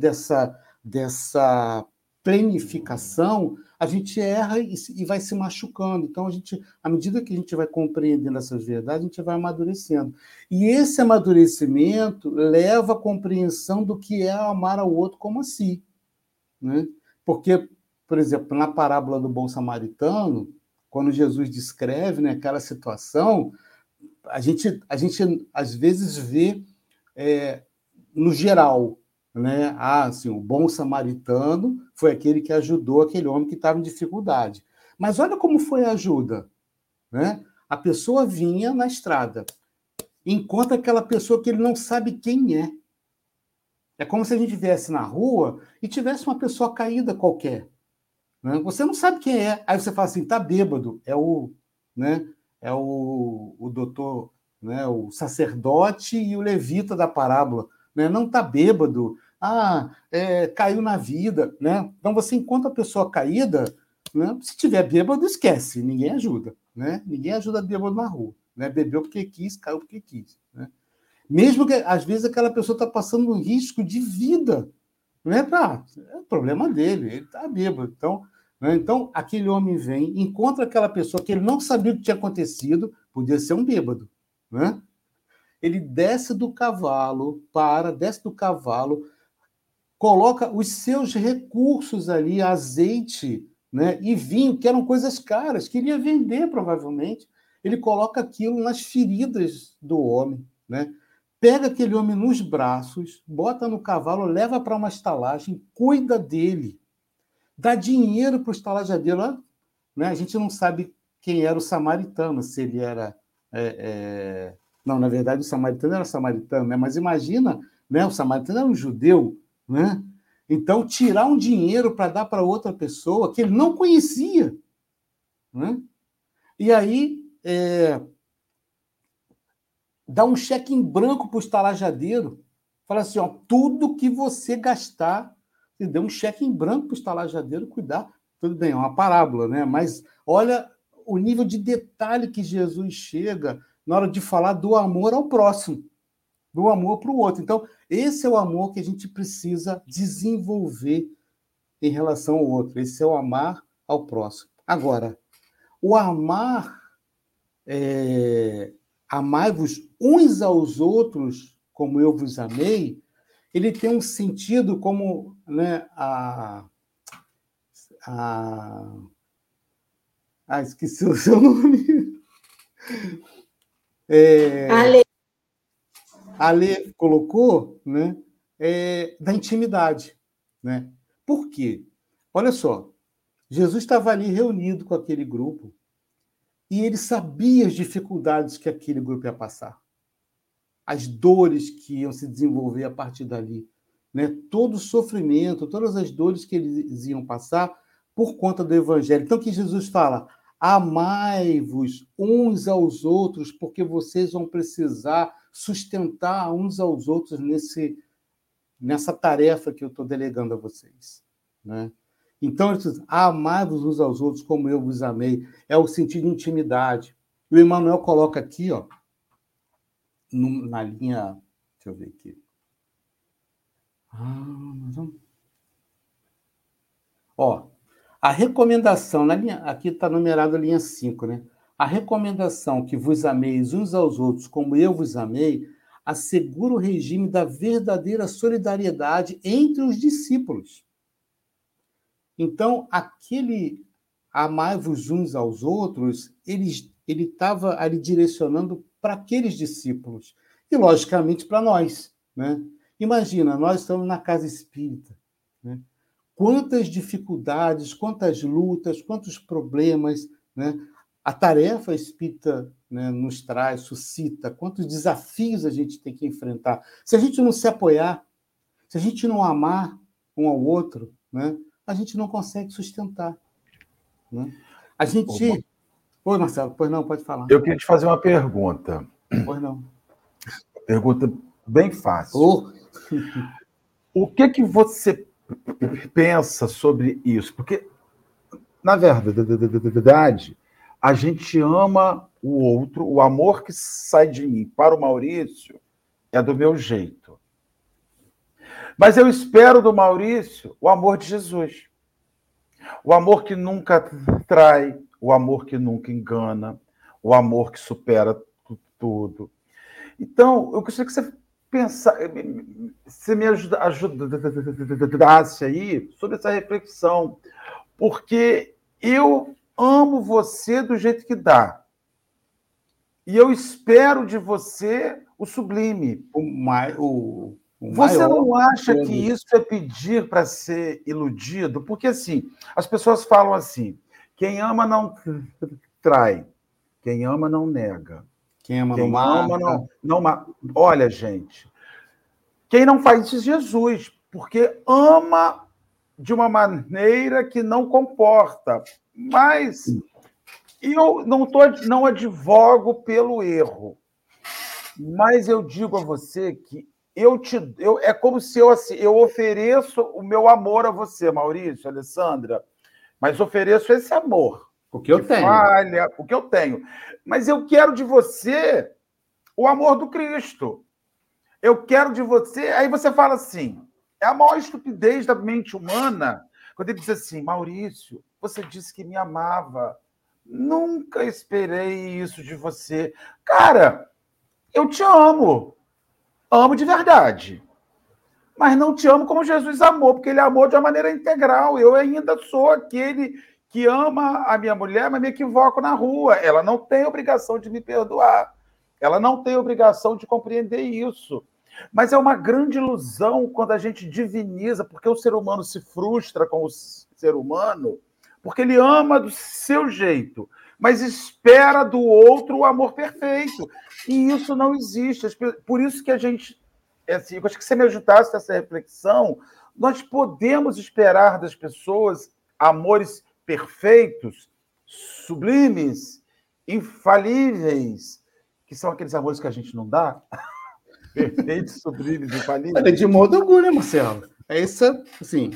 dessa planificação, a gente erra e vai se machucando. Então, à medida que a gente vai compreendendo essas verdades, a gente vai amadurecendo. E esse amadurecimento leva à compreensão do que é amar ao outro como a si, né? Porque, por exemplo, na parábola do bom samaritano, quando Jesus descreve, né, aquela situação, a gente às vezes vê no geral, né? Assim, o bom samaritano foi aquele que ajudou aquele homem que estava em dificuldade. Mas olha como foi a ajuda, né? A pessoa vinha na estrada, encontra aquela pessoa que ele não sabe quem é. É como se a gente viesse na rua e tivesse uma pessoa caída qualquer, né? Você não sabe quem é. Aí você fala assim, tá bêbado. Né? O doutor, né? O sacerdote e o levita da parábola, né? Não tá bêbado. Caiu na vida, né? Então você encontra a pessoa caída, né? Se tiver bêbado, esquece, ninguém ajuda, né? Ninguém ajuda bêbado na rua, né? Bebeu porque quis, caiu porque quis, né? Mesmo que às vezes aquela pessoa está passando um risco de vida, não é problema dele, ele está bêbado. Então, né? Então, aquele homem vem, encontra aquela pessoa que ele não sabia o que tinha acontecido, podia ser um bêbado, né? Ele desce do cavalo, coloca os seus recursos ali, azeite, né, e vinho, que eram coisas caras, queria vender provavelmente. Ele coloca aquilo nas feridas do homem, né? Pega aquele homem nos braços, bota no cavalo, leva para uma estalagem, cuida dele, dá dinheiro para o estalajadeiro, né? A gente não sabe quem era o samaritano, se ele era... Não, na verdade, o samaritano era samaritano, né? Mas imagina, né? O samaritano era um judeu, né? Então, tirar um dinheiro para dar para outra pessoa que ele não conhecia, né? E aí, dá um cheque em branco para o estalajadeiro, fala assim, ó, tudo que você gastar, você deu um cheque em branco para o estalajadeiro cuidar. Tudo bem, é uma parábola, né? Mas olha o nível de detalhe que Jesus chega na hora de falar do amor ao próximo, do amor para o outro. Então, esse é o amor que a gente precisa desenvolver em relação ao outro. Esse é o amar ao próximo. Agora, o amar, amai-vos uns aos outros, como eu vos amei, ele tem um sentido como, né, esqueci o seu nome. A Lê colocou, né, da intimidade. Né? Por quê? Olha só, Jesus estava ali reunido com aquele grupo e ele sabia as dificuldades que aquele grupo ia passar, as dores que iam se desenvolver a partir dali, né? Todo o sofrimento, todas as dores que eles iam passar por conta do Evangelho. Então, que Jesus fala, amai-vos uns aos outros, porque vocês vão precisar sustentar uns aos outros nessa tarefa que eu estou delegando a vocês. Né? Então, ele diz, amai-vos uns aos outros como eu vos amei. É o sentido de intimidade. O Emmanuel coloca aqui, ó, na linha... Deixa eu ver aqui. Ó, a recomendação, aqui está numerado a linha 5, né? A recomendação que vos ameis uns aos outros como eu vos amei assegura o regime da verdadeira solidariedade entre os discípulos. Então, aquele amai-vos uns aos outros, ele estava ali direcionando para aqueles discípulos e, logicamente, para nós. Né? Imagina, nós estamos na casa espírita. Né? Quantas dificuldades, quantas lutas, quantos problemas, né? A tarefa espírita, né, nos traz, suscita, quantos desafios a gente tem que enfrentar. Se a gente não se apoiar, se a gente não amar um ao outro, né, a gente não consegue sustentar. Né? A gente... Oi, Marcelo, pois não, pode falar. Eu queria te fazer uma pergunta. Pois não. Pergunta bem fácil. O que você pensa sobre isso? Porque, na verdade, a gente ama o outro, o amor que sai de mim para o Maurício é do meu jeito. Mas eu espero do Maurício o amor de Jesus. O amor que nunca trai, o amor que nunca engana, o amor que supera tudo. Então, eu gostaria que você você me ajudasse aí sobre essa reflexão, porque eu amo você do jeito que dá. E eu espero de você o sublime. Você não acha que isso é pedir para ser iludido? Porque, assim, as pessoas falam assim, quem ama não trai, quem ama não nega. Quem ama não mata. Olha, gente, quem não faz isso é Jesus, porque ama de uma maneira que não comporta. Mas eu não advogo pelo erro. Mas eu digo a você que é como se eu ofereço o meu amor a você, Maurício, Alessandra, mas ofereço esse amor. O que eu tenho. O que eu tenho. Mas eu quero de você o amor do Cristo. Eu quero de você... Aí você fala assim, é a maior estupidez da mente humana, quando ele diz assim, Maurício, você disse que me amava. Nunca esperei isso de você. Cara, eu te amo. Amo de verdade. Mas não te amo como Jesus amou, porque ele amou de uma maneira integral. Eu ainda sou aquele que ama a minha mulher, mas me equivoco na rua. Ela não tem obrigação de me perdoar. Ela não tem obrigação de compreender isso. Mas é uma grande ilusão quando a gente diviniza, porque o ser humano se frustra com o ser humano, porque ele ama do seu jeito, mas espera do outro o amor perfeito. E isso não existe. Por isso que a gente... Assim, eu acho que se você me ajudasse nessa reflexão, nós podemos esperar das pessoas amores perfeitos, sublimes, infalíveis, que são aqueles amores que a gente não dá. Perfeitos, sublimes, infalíveis. Olha, de modo algum, né, Marcelo? Assim,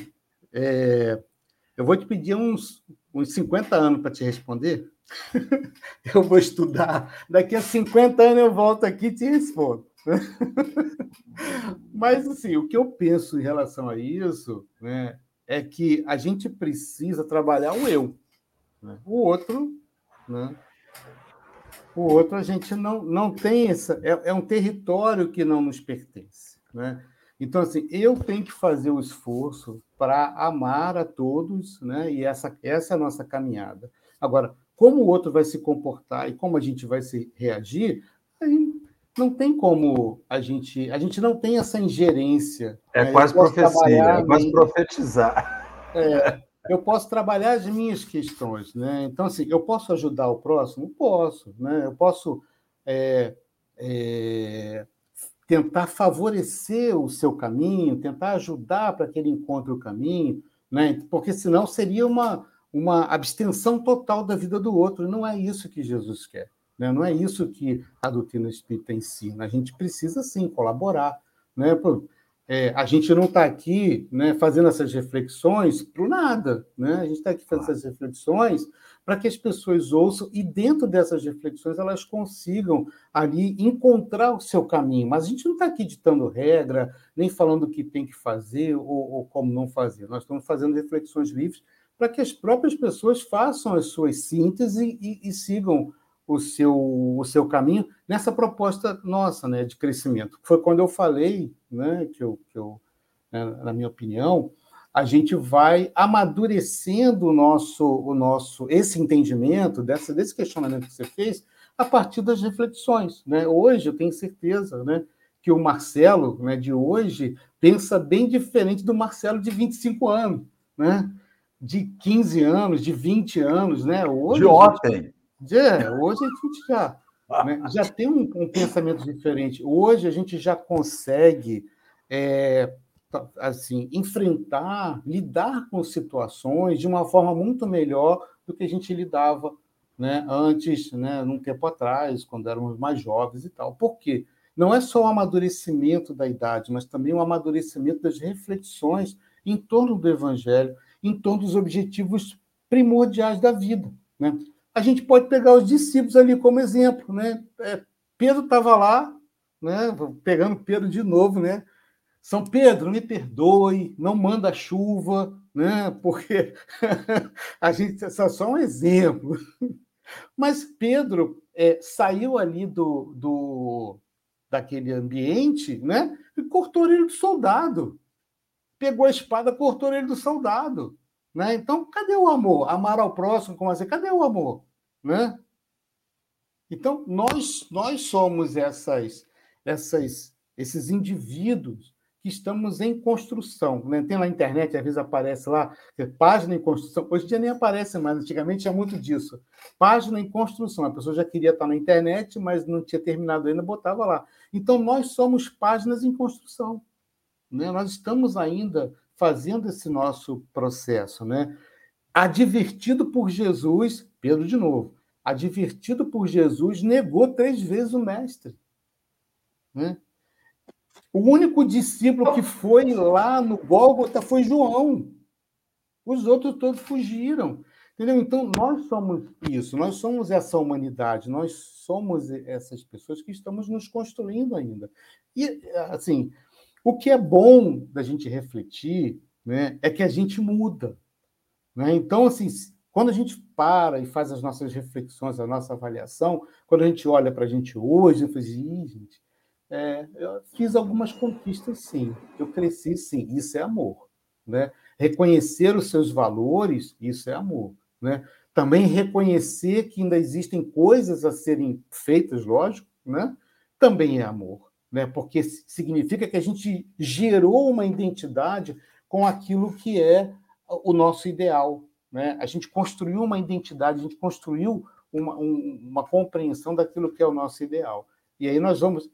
eu vou te pedir uns 50 anos para te responder. Eu vou estudar. Daqui a 50 anos eu volto aqui e te respondo. Mas, assim, o que eu penso em relação a isso, né, é que a gente precisa trabalhar o eu. Né? Né? O outro a gente não tem essa... É um território que não nos pertence. Né? Então, assim, eu tenho que fazer o esforço para amar a todos, né? E essa é a nossa caminhada. Agora, como o outro vai se comportar e como a gente vai se reagir, aí não tem como a gente não tem essa ingerência. É Né? Eu quase posso profecia, é trabalhar quase profetizar. eu posso trabalhar as minhas questões, né? Então, assim, eu posso ajudar o próximo? Posso, né? Eu posso é, é, tentar favorecer o seu caminho, tentar ajudar para que ele encontre o caminho, né? Porque senão seria uma abstenção total da vida do outro. Não é isso que Jesus quer, né? Não é isso que a doutrina espírita ensina. A gente precisa, sim, colaborar, né? A gente não está aqui, né, fazendo essas reflexões para nada. Né? A gente está aqui fazendo essas reflexões para que as pessoas ouçam e, dentro dessas reflexões, elas consigam ali encontrar o seu caminho. Mas a gente não está aqui ditando regra, nem falando o que tem que fazer ou como não fazer. Nós estamos fazendo reflexões livres para que as próprias pessoas façam as suas sínteses e sigam o seu caminho nessa proposta nossa, né, de crescimento. Foi quando eu falei, né, na minha opinião, a gente vai amadurecendo esse entendimento, desse questionamento que você fez, a partir das reflexões. Né? Hoje, eu tenho certeza, né, que o Marcelo, né, de hoje pensa bem diferente do Marcelo de 25 anos, né? De 15 anos, de 20 anos. Né? De ontem. Hoje a gente já tem um pensamento diferente. Hoje a gente já consegue assim, enfrentar, lidar com situações de uma forma muito melhor do que a gente lidava, né, antes, né, num tempo atrás, quando éramos mais jovens e tal. Por quê? Não é só o amadurecimento da idade, mas também o amadurecimento das reflexões em torno do Evangelho, em torno dos objetivos primordiais da vida. Né? A gente pode pegar os discípulos ali como exemplo. Né? Pedro estava lá, né, pegando Pedro de novo, né? São Pedro, me perdoe, não manda chuva, né? Porque a gente é só um exemplo. Mas Pedro saiu ali daquele ambiente, né? E cortou a orelha do soldado. Pegou a espada, cortou a orelha do soldado. Né? Então, cadê o amor? Amar ao próximo, como assim? Cadê o amor? Né? Então, nós somos esses indivíduos que estamos em construção. Né? Tem na internet, às vezes aparece lá, página em construção. Hoje em dia nem aparece mais, antigamente tinha muito disso. Página em construção. A pessoa já queria estar na internet, mas não tinha terminado ainda, botava lá. Então, nós somos páginas em construção. Né? Nós estamos ainda fazendo esse nosso processo. Né? Advertido por Jesus, Pedro de novo, advertido por Jesus, negou 3 vezes o mestre. Né? O único discípulo que foi lá no Gólgota foi João. Os outros todos fugiram. Entendeu? Então, nós somos isso, nós somos essa humanidade, nós somos essas pessoas que estamos nos construindo ainda. E, assim, o que é bom da gente refletir, né, é que a gente muda. Né? Então, assim, quando a gente para e faz as nossas reflexões, a nossa avaliação, quando a gente olha para a gente hoje, eu falo assim, gente, eu fiz algumas conquistas, sim. Eu cresci, sim. Isso é amor. Né? Reconhecer os seus valores, isso é amor. Né? Também reconhecer que ainda existem coisas a serem feitas, lógico, né? Também é amor. Né? Porque significa que a gente gerou uma identidade com aquilo que é o nosso ideal. Né? A gente construiu uma identidade, a gente construiu uma compreensão daquilo que é o nosso ideal. E aí nós vamos.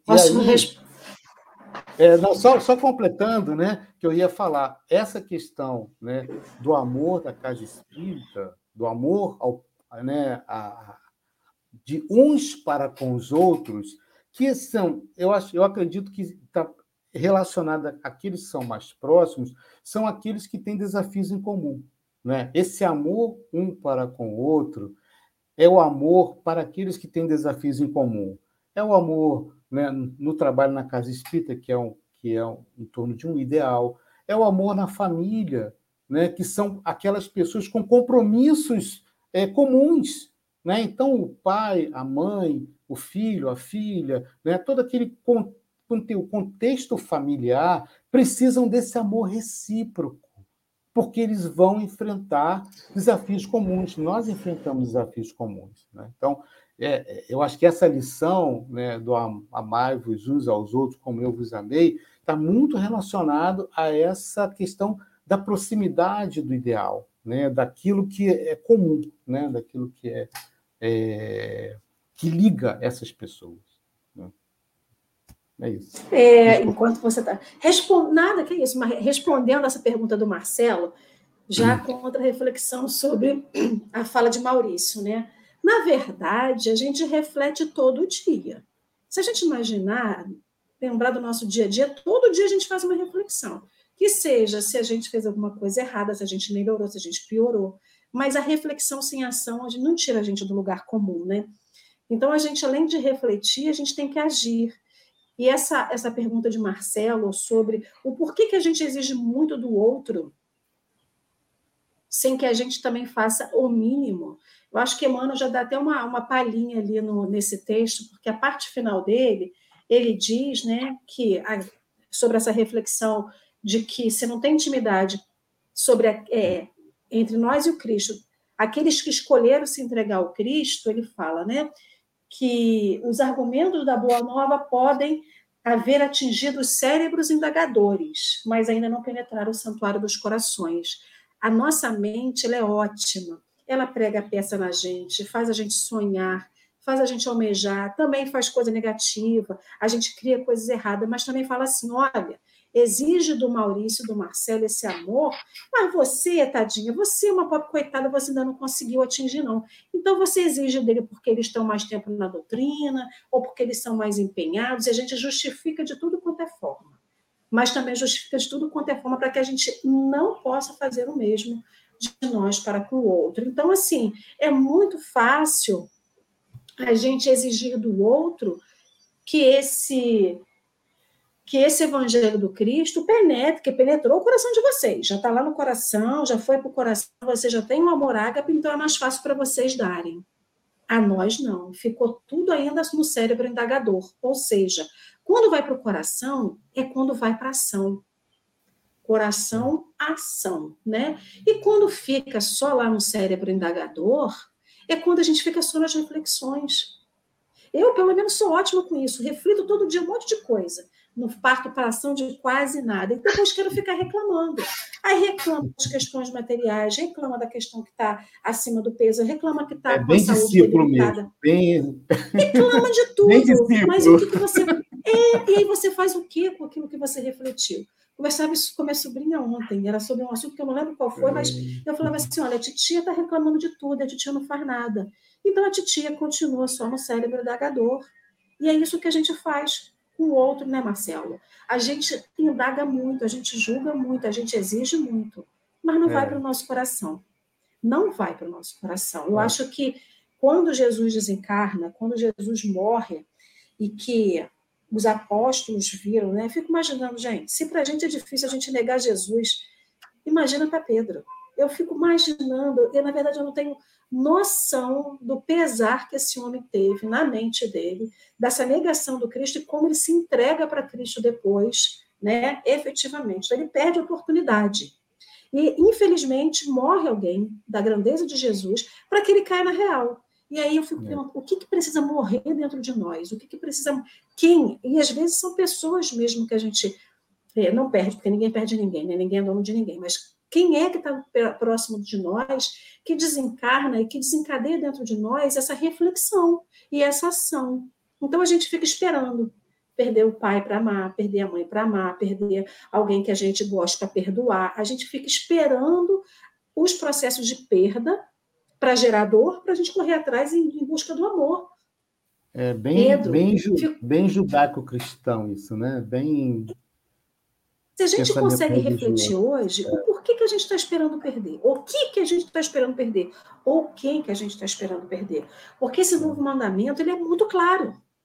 Só completando, né, que eu ia falar, essa questão, né, do amor da casa espírita, do amor né, de uns para com os outros, que são, eu acredito que está relacionado àqueles que são mais próximos, são aqueles que têm desafios em comum. Né? Esse amor um para com o outro é o amor para aqueles que têm desafios em comum. É o amor né, no trabalho na casa espírita, em torno de um ideal, é o amor na família, né, que são aquelas pessoas com compromissos comuns, né? Então, o pai, a mãe, o filho, a filha, né, todo aquele contexto familiar precisam desse amor recíproco, porque eles vão enfrentar desafios comuns. Nós enfrentamos desafios comuns, né? Então, eu acho que essa lição, né, do amai-vos uns aos outros como eu vos amei, está muito relacionado a essa questão da proximidade do ideal, né, daquilo que é comum, né, daquilo que liga essas pessoas, né? É isso. Enquanto você está nada que é isso, mas respondendo essa pergunta do Marcelo, já com outra reflexão sobre a fala de Maurício, né? Na verdade, a gente reflete todo dia. Se a gente imaginar, lembrar do nosso dia a dia, todo dia a gente faz uma reflexão. Que seja se a gente fez alguma coisa errada, se a gente melhorou, se a gente piorou. Mas a reflexão sem ação não tira a gente do lugar comum, né? Então, a gente, além de refletir, a gente tem que agir. E essa pergunta de Marcelo sobre o porquê que a gente exige muito do outro sem que a gente também faça o mínimo. Eu acho que Emmanuel já dá até uma palhinha ali nesse texto, porque a parte final dele, ele diz, né, que sobre essa reflexão de que se não tem intimidade entre nós e o Cristo, aqueles que escolheram se entregar ao Cristo, ele fala, né, que os argumentos da Boa Nova podem haver atingido os cérebros indagadores, mas ainda não penetraram o santuário dos corações. A nossa mente, ela é ótima. Ela prega a peça na gente, faz a gente sonhar, faz a gente almejar, também faz coisa negativa, a gente cria coisas erradas, mas também fala assim, olha, exige do Maurício, do Marcelo esse amor, mas você, tadinha, você é uma pobre coitada, você ainda não conseguiu atingir, não. Então você exige dele porque eles estão mais tempo na doutrina, ou porque eles são mais empenhados, e a gente justifica de tudo quanto é forma. Mas também justifica de tudo quanto é forma para que a gente não possa fazer o mesmo de nós para com o outro. Então, assim, é muito fácil a gente exigir do outro que esse evangelho do Cristo penetre, que penetrou o coração de vocês, já está lá no coração, já foi para o coração, você já tem um amor ágape, então é mais fácil para vocês darem. A nós não, ficou tudo ainda no cérebro indagador, ou seja, quando vai para o coração, é quando vai para a ação. Coração, ação, né? E quando fica só lá no cérebro indagador, é quando a gente fica só nas reflexões. Eu, pelo menos, sou ótima com isso, reflito todo dia um monte de coisa, não parto para ação de quase nada, e depois quero ficar reclamando. Aí reclama das questões materiais, reclama da questão que está acima do peso, reclama que está com a saúde debilitada. Reclama de tudo, mas o que você... E aí você faz o quê com aquilo que você refletiu? Conversava isso com minha sobrinha ontem, era sobre um assunto que eu não lembro qual foi, mas eu falava assim, olha, a titia está reclamando de tudo, a titia não faz nada. Então a titia continua só no cérebro indagador. E é isso que a gente faz com o outro, né, Marcelo? A gente indaga muito, a gente julga muito, a gente exige muito, mas não vai para o nosso coração. Não vai para o nosso coração. Eu acho que quando Jesus desencarna, quando Jesus morre, e que os apóstolos viram, né? Fico imaginando, gente, se para a gente é difícil a gente negar Jesus, imagina para Pedro. Eu fico imaginando, na verdade eu não tenho noção do pesar que esse homem teve na mente dele, dessa negação do Cristo e como ele se entrega para Cristo depois, né? Efetivamente. Então, ele perde a oportunidade. E, infelizmente, morre alguém da grandeza de Jesus para que ele caia na real. E aí eu fico perguntando, o que precisa morrer dentro de nós? O que precisa... Quem? E às vezes são pessoas mesmo que a gente não perde, porque ninguém perde ninguém, né? Ninguém é dono de ninguém, mas quem é que está próximo de nós, que desencarna e que desencadeia dentro de nós essa reflexão e essa ação? Então a gente fica esperando perder o pai para amar, perder a mãe para amar, perder alguém que a gente gosta para perdoar. A gente fica esperando os processos de perda para gerar dor, para a gente correr atrás em busca do amor. É bem judaico-cristão isso, né? Bem... Se a gente consegue refletir hoje, o porquê que a gente está esperando perder? O que a gente está esperando perder? Ou quem que a gente está esperando perder? Porque esse novo mandamento ele é muito claro.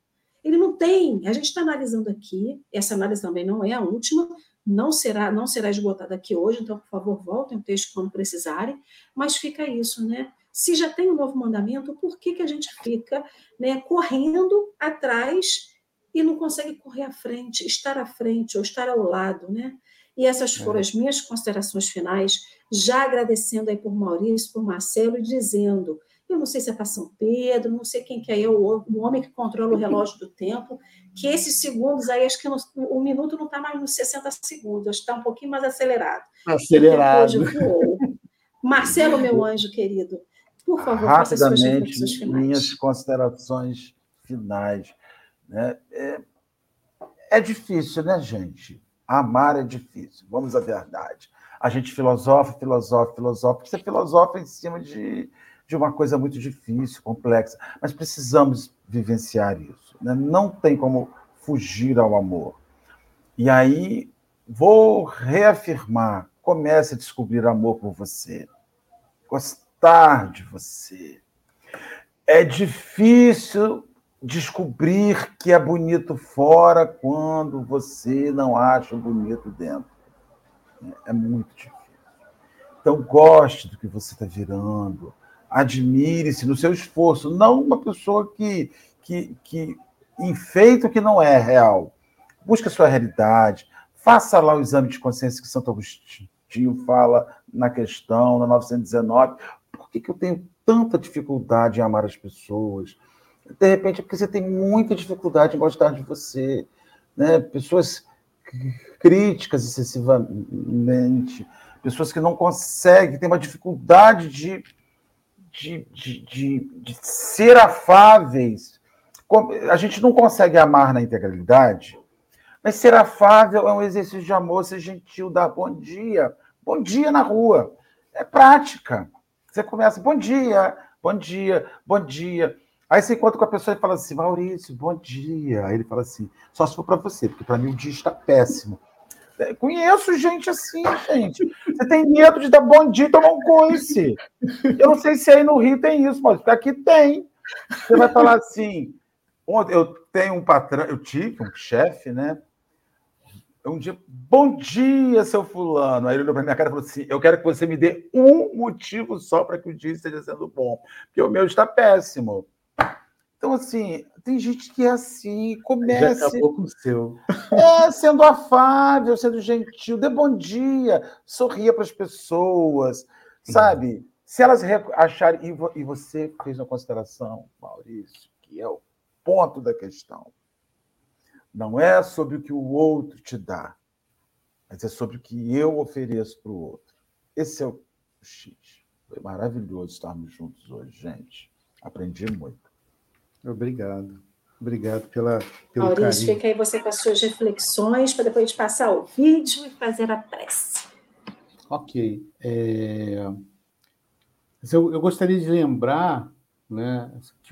Ele não tem. A gente está analisando aqui, essa análise também não é a última, não será esgotada aqui hoje, então, por favor, voltem o texto quando precisarem, mas fica isso, né? Se já tem um novo mandamento, por que a gente fica, né, correndo atrás e não consegue correr à frente ou estar ao lado, né? E essas foram as minhas considerações finais, já agradecendo aí por Maurício, por Marcelo, e dizendo, eu não sei se é para São Pedro, não sei quem que é o homem que controla o relógio do tempo, que esses segundos aí, acho que o minuto não está mais nos 60 segundos, acho que está um pouquinho mais acelerado. Acelerado. O tempo hoje voou. Marcelo, meu anjo querido, por favor, faça as suas reflexões finais. Minhas considerações finais. Né? É difícil, né, gente? Amar é difícil, vamos à verdade. A gente filosofa, porque você filosofa em cima de uma coisa muito difícil, complexa, mas precisamos vivenciar isso. Né? Não tem como fugir ao amor. E aí, vou reafirmar, comece a descobrir amor por você, gostar de você. É difícil descobrir que é bonito fora quando você não acha bonito dentro. É muito difícil. Então, goste do que você está virando, admire-se no seu esforço, não uma pessoa que enfeita o que não é real. Busque a sua realidade, faça lá o exame de consciência que Santo Agostinho fala na questão, na 919. Por que eu tenho tanta dificuldade em amar as pessoas? De repente é porque você tem muita dificuldade em gostar de você. Né? Pessoas críticas excessivamente, pessoas que não conseguem, têm uma dificuldade de ser afáveis. A gente não consegue amar na integralidade, mas ser afável é um exercício de amor, ser gentil, dar bom dia na rua. É prática. Você começa, bom dia. Aí você encontra com a pessoa e fala assim, Maurício, bom dia. Aí ele fala assim, só se for para você, porque para mim o dia está péssimo. Conheço gente assim, gente. Você tem medo de dar bom dia e tomar um coice. Eu não sei se aí no Rio tem isso, mas aqui tem. Você vai falar assim, eu tenho um patrão, eu tive um chefe, né? Um dia, bom dia, seu fulano. Aí ele olhou para minha cara e falou assim, eu quero que você me dê um motivo só para que o dia esteja sendo bom, porque o meu está péssimo. Então, assim, tem gente que é assim, comece... Já acabou com o seu. Sendo afável, sendo gentil, dê bom dia, sorria para as pessoas, sabe? Se elas acharem... E você fez uma consideração, Maurício, que é o ponto da questão. Não é sobre o que o outro te dá, mas é sobre o que eu ofereço para o outro. Esse é o X. Foi maravilhoso estarmos juntos hoje, gente. Aprendi muito. Obrigado. Obrigado pelo Maurício, carinho. fica aí você com as suas reflexões para depois passar o vídeo e fazer a prece. Ok. Eu gostaria de lembrar, né, que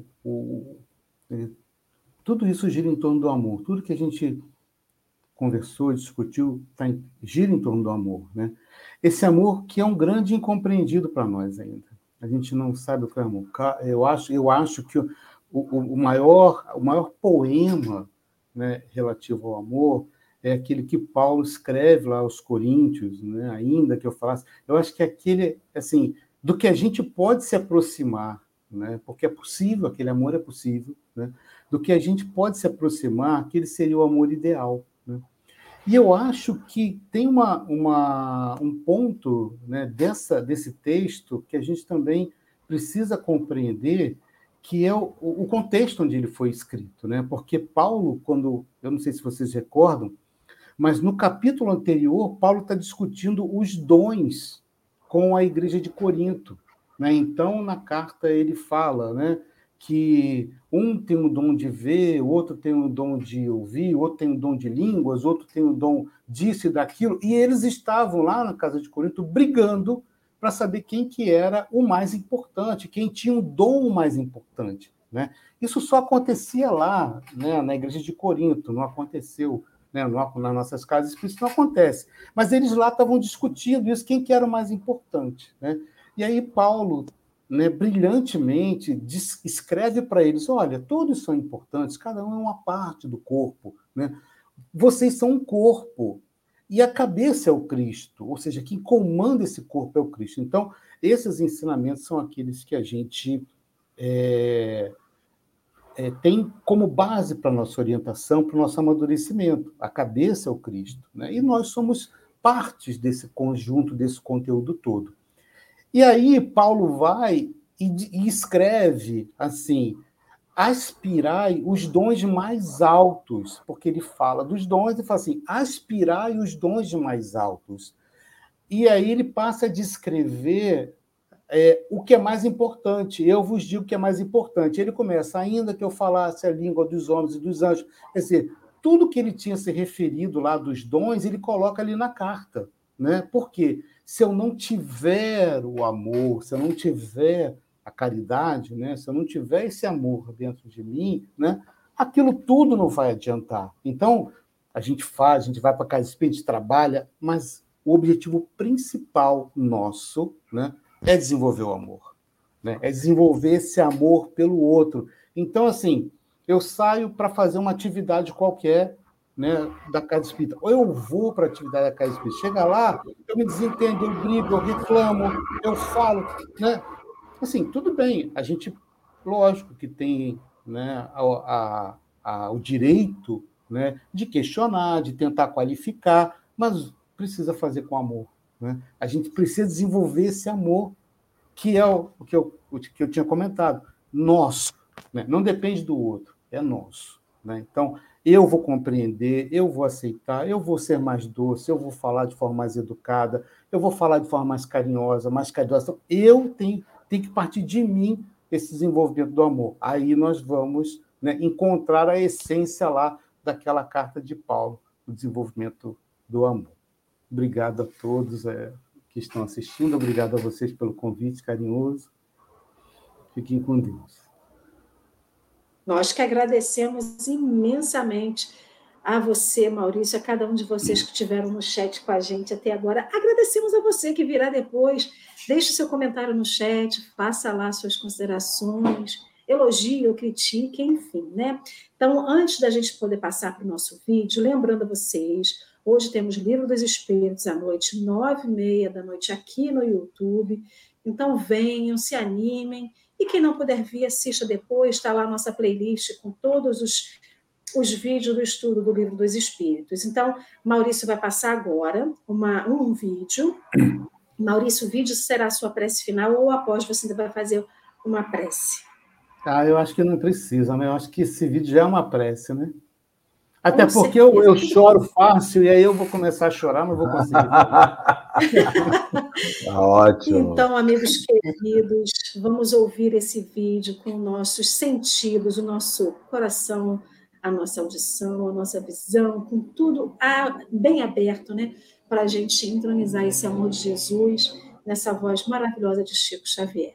tudo isso gira em torno do amor. Tudo que a gente conversou, discutiu, gira em torno do amor. Né? Esse amor que é um grande incompreendido para nós ainda. A gente não sabe o que é amor. Eu acho que o maior poema, né, relativo ao amor é aquele que Paulo escreve lá aos Coríntios, né, ainda que eu falasse. Eu acho que aquele, assim, do que a gente pode se aproximar, né, porque é possível, aquele amor é possível, né, do que a gente pode se aproximar, aquele seria o amor ideal. Né? E eu acho que tem um ponto, né, desse texto que a gente também precisa compreender, que é o contexto onde ele foi escrito. Né? Porque Paulo, eu não sei se vocês recordam, mas no capítulo anterior, Paulo está discutindo os dons com a igreja de Corinto. Né? Então, na carta, ele fala, né, que um tem o dom de ver, o outro tem o dom de ouvir, o outro tem o dom de línguas, o outro tem o dom disso e daquilo, e eles estavam lá na casa de Corinto brigando para saber quem que era o mais importante, quem tinha o dom mais importante. Né? Isso só acontecia lá, né, na igreja de Corinto, não aconteceu, né, nas nossas casas, isso não acontece. Mas eles lá estavam discutindo isso, quem que era o mais importante. Né? E aí Paulo né, brilhantemente, escreve para eles, olha, todos são importantes, cada um é uma parte do corpo, né? Vocês são um corpo, e a cabeça é o Cristo, ou seja, quem comanda esse corpo é o Cristo. Então, esses ensinamentos são aqueles que a gente tem como base para a nossa orientação, para o nosso amadurecimento. A cabeça é o Cristo, né? E nós somos partes desse conjunto, desse conteúdo todo. E aí Paulo vai e escreve assim, aspirai os dons mais altos, porque ele fala dos dons e fala assim, aspirai os dons mais altos. E aí ele passa a descrever o que é mais importante. Eu vos digo o que é mais importante. Ele começa, ainda que eu falasse a língua dos homens e dos anjos. Quer dizer, tudo que ele tinha se referido lá dos dons, ele coloca ali na carta. Né? Por quê? Se eu não tiver o amor, se eu não tiver a caridade, né? Se eu não tiver esse amor dentro de mim, né? Aquilo tudo não vai adiantar. Então, a gente faz, a gente vai para a casa espírita, a gente trabalha, mas o objetivo principal nosso, né, é desenvolver o amor, né? É desenvolver esse amor pelo outro. Então, assim, eu saio para fazer uma atividade qualquer, né, da casa espírita, ou eu vou para a atividade da casa espírita. Chega lá, eu me desentendo, eu brigo, eu reclamo, eu falo, né? Assim, tudo bem, a gente, lógico que tem, né, o direito, né, de questionar, de tentar qualificar, mas precisa fazer com amor. Né? A gente precisa desenvolver esse amor, que é o que eu tinha comentado, nosso. Né? Não depende do outro, é nosso. Né? Então, eu vou compreender, eu vou aceitar, eu vou ser mais doce, eu vou falar de forma mais educada, eu vou falar de forma mais carinhosa, mais caridosa. Então, eu tenho que partir de mim esse desenvolvimento do amor. Aí nós vamos, né, encontrar a essência lá daquela carta de Paulo, do desenvolvimento do amor. Obrigado a todos que estão assistindo, obrigado a vocês pelo convite carinhoso. Fiquem com Deus. Nós que agradecemos imensamente a você, Maurício, a cada um de vocês que estiveram no chat com a gente até agora. Agradecemos a você que virá depois. Deixe seu comentário no chat, faça lá suas considerações, elogie ou critique, enfim, né? Então, antes da gente poder passar para o nosso vídeo, lembrando a vocês, hoje temos Livro dos Espíritos à noite, 9h30 da noite, aqui no YouTube. Então, venham, se animem. E quem não puder vir, assista depois, está lá a nossa playlist com todos os vídeos do estudo do Livro dos Espíritos. Então, Maurício vai passar agora um vídeo. Maurício, o vídeo será a sua prece final ou após você ainda vai fazer uma prece? Eu acho que não precisa, né? Eu acho que esse vídeo já é uma prece, né? Até porque eu choro fácil e aí eu vou começar a chorar, mas vou conseguir. Ótimo. Então, amigos queridos, vamos ouvir esse vídeo com nossos sentidos, o nosso coração, a nossa audição, a nossa visão, com tudo bem aberto, né? Para a gente entronizar esse amor de Jesus nessa voz maravilhosa de Chico Xavier.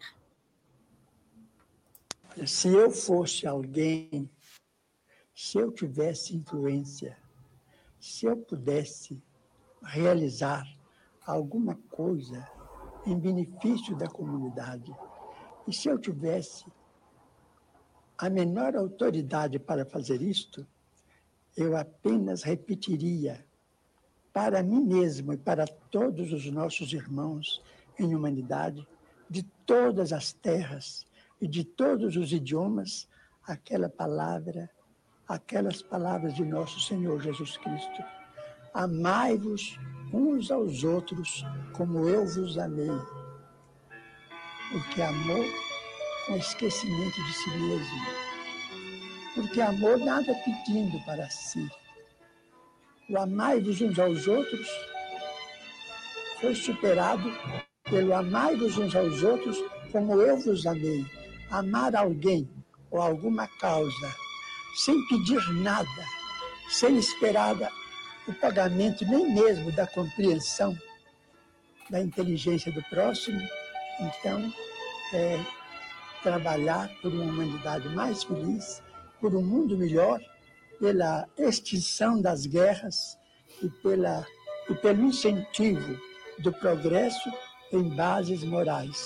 Se eu fosse alguém, se eu tivesse influência, se eu pudesse realizar alguma coisa em benefício da comunidade, e se eu tivesse a menor autoridade para fazer isto, eu apenas repetiria para mim mesmo e para todos os nossos irmãos em humanidade, de todas as terras e de todos os idiomas, aquelas palavras de nosso Senhor Jesus Cristo. Amai-vos uns aos outros como eu vos amei. Porque amor é esquecimento de si mesmo. Porque amor nada pedindo para si. O amai-vos uns aos outros foi superado pelo amai-vos uns aos outros como eu vos amei. Amar alguém ou alguma causa sem pedir nada, sem esperar o pagamento nem mesmo da compreensão da inteligência do próximo, então trabalhar por uma humanidade mais feliz, por um mundo melhor, pela extinção das guerras e pelo incentivo do progresso em bases morais.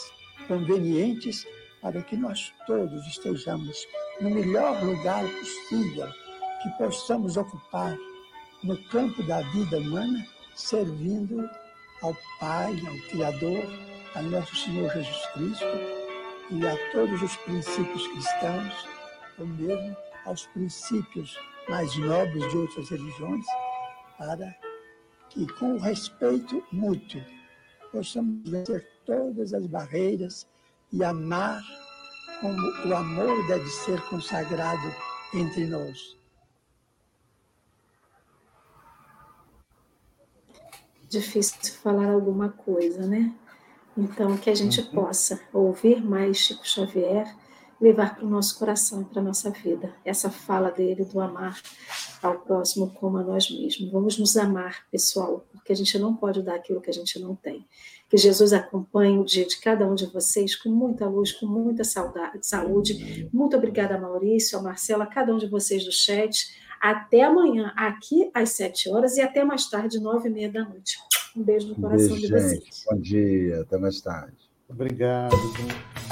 convenientes para que nós todos estejamos no melhor lugar possível que possamos ocupar no campo da vida humana, servindo ao Pai, ao Criador, a nosso Senhor Jesus Cristo e a todos os princípios cristãos, ou mesmo aos princípios mais nobres de outras religiões, para que, com o respeito mútuo, possamos vencer todas as barreiras e amar como o amor deve ser consagrado entre nós. Difícil falar alguma coisa, né? Então, que a gente possa ouvir mais Chico Xavier, levar para o nosso coração e para a nossa vida essa fala dele do amar ao próximo como a nós mesmos. Vamos nos amar, pessoal, porque a gente não pode dar aquilo que a gente não tem. Que Jesus acompanhe o dia de cada um de vocês com muita luz, com muita saúde. Muito obrigada, Maurício, a Marcela, a cada um de vocês do chat. Até amanhã, aqui às 7 horas, e até mais tarde, 9h30 da noite. Um beijo no coração de vocês. Bom dia, até mais tarde. Obrigado.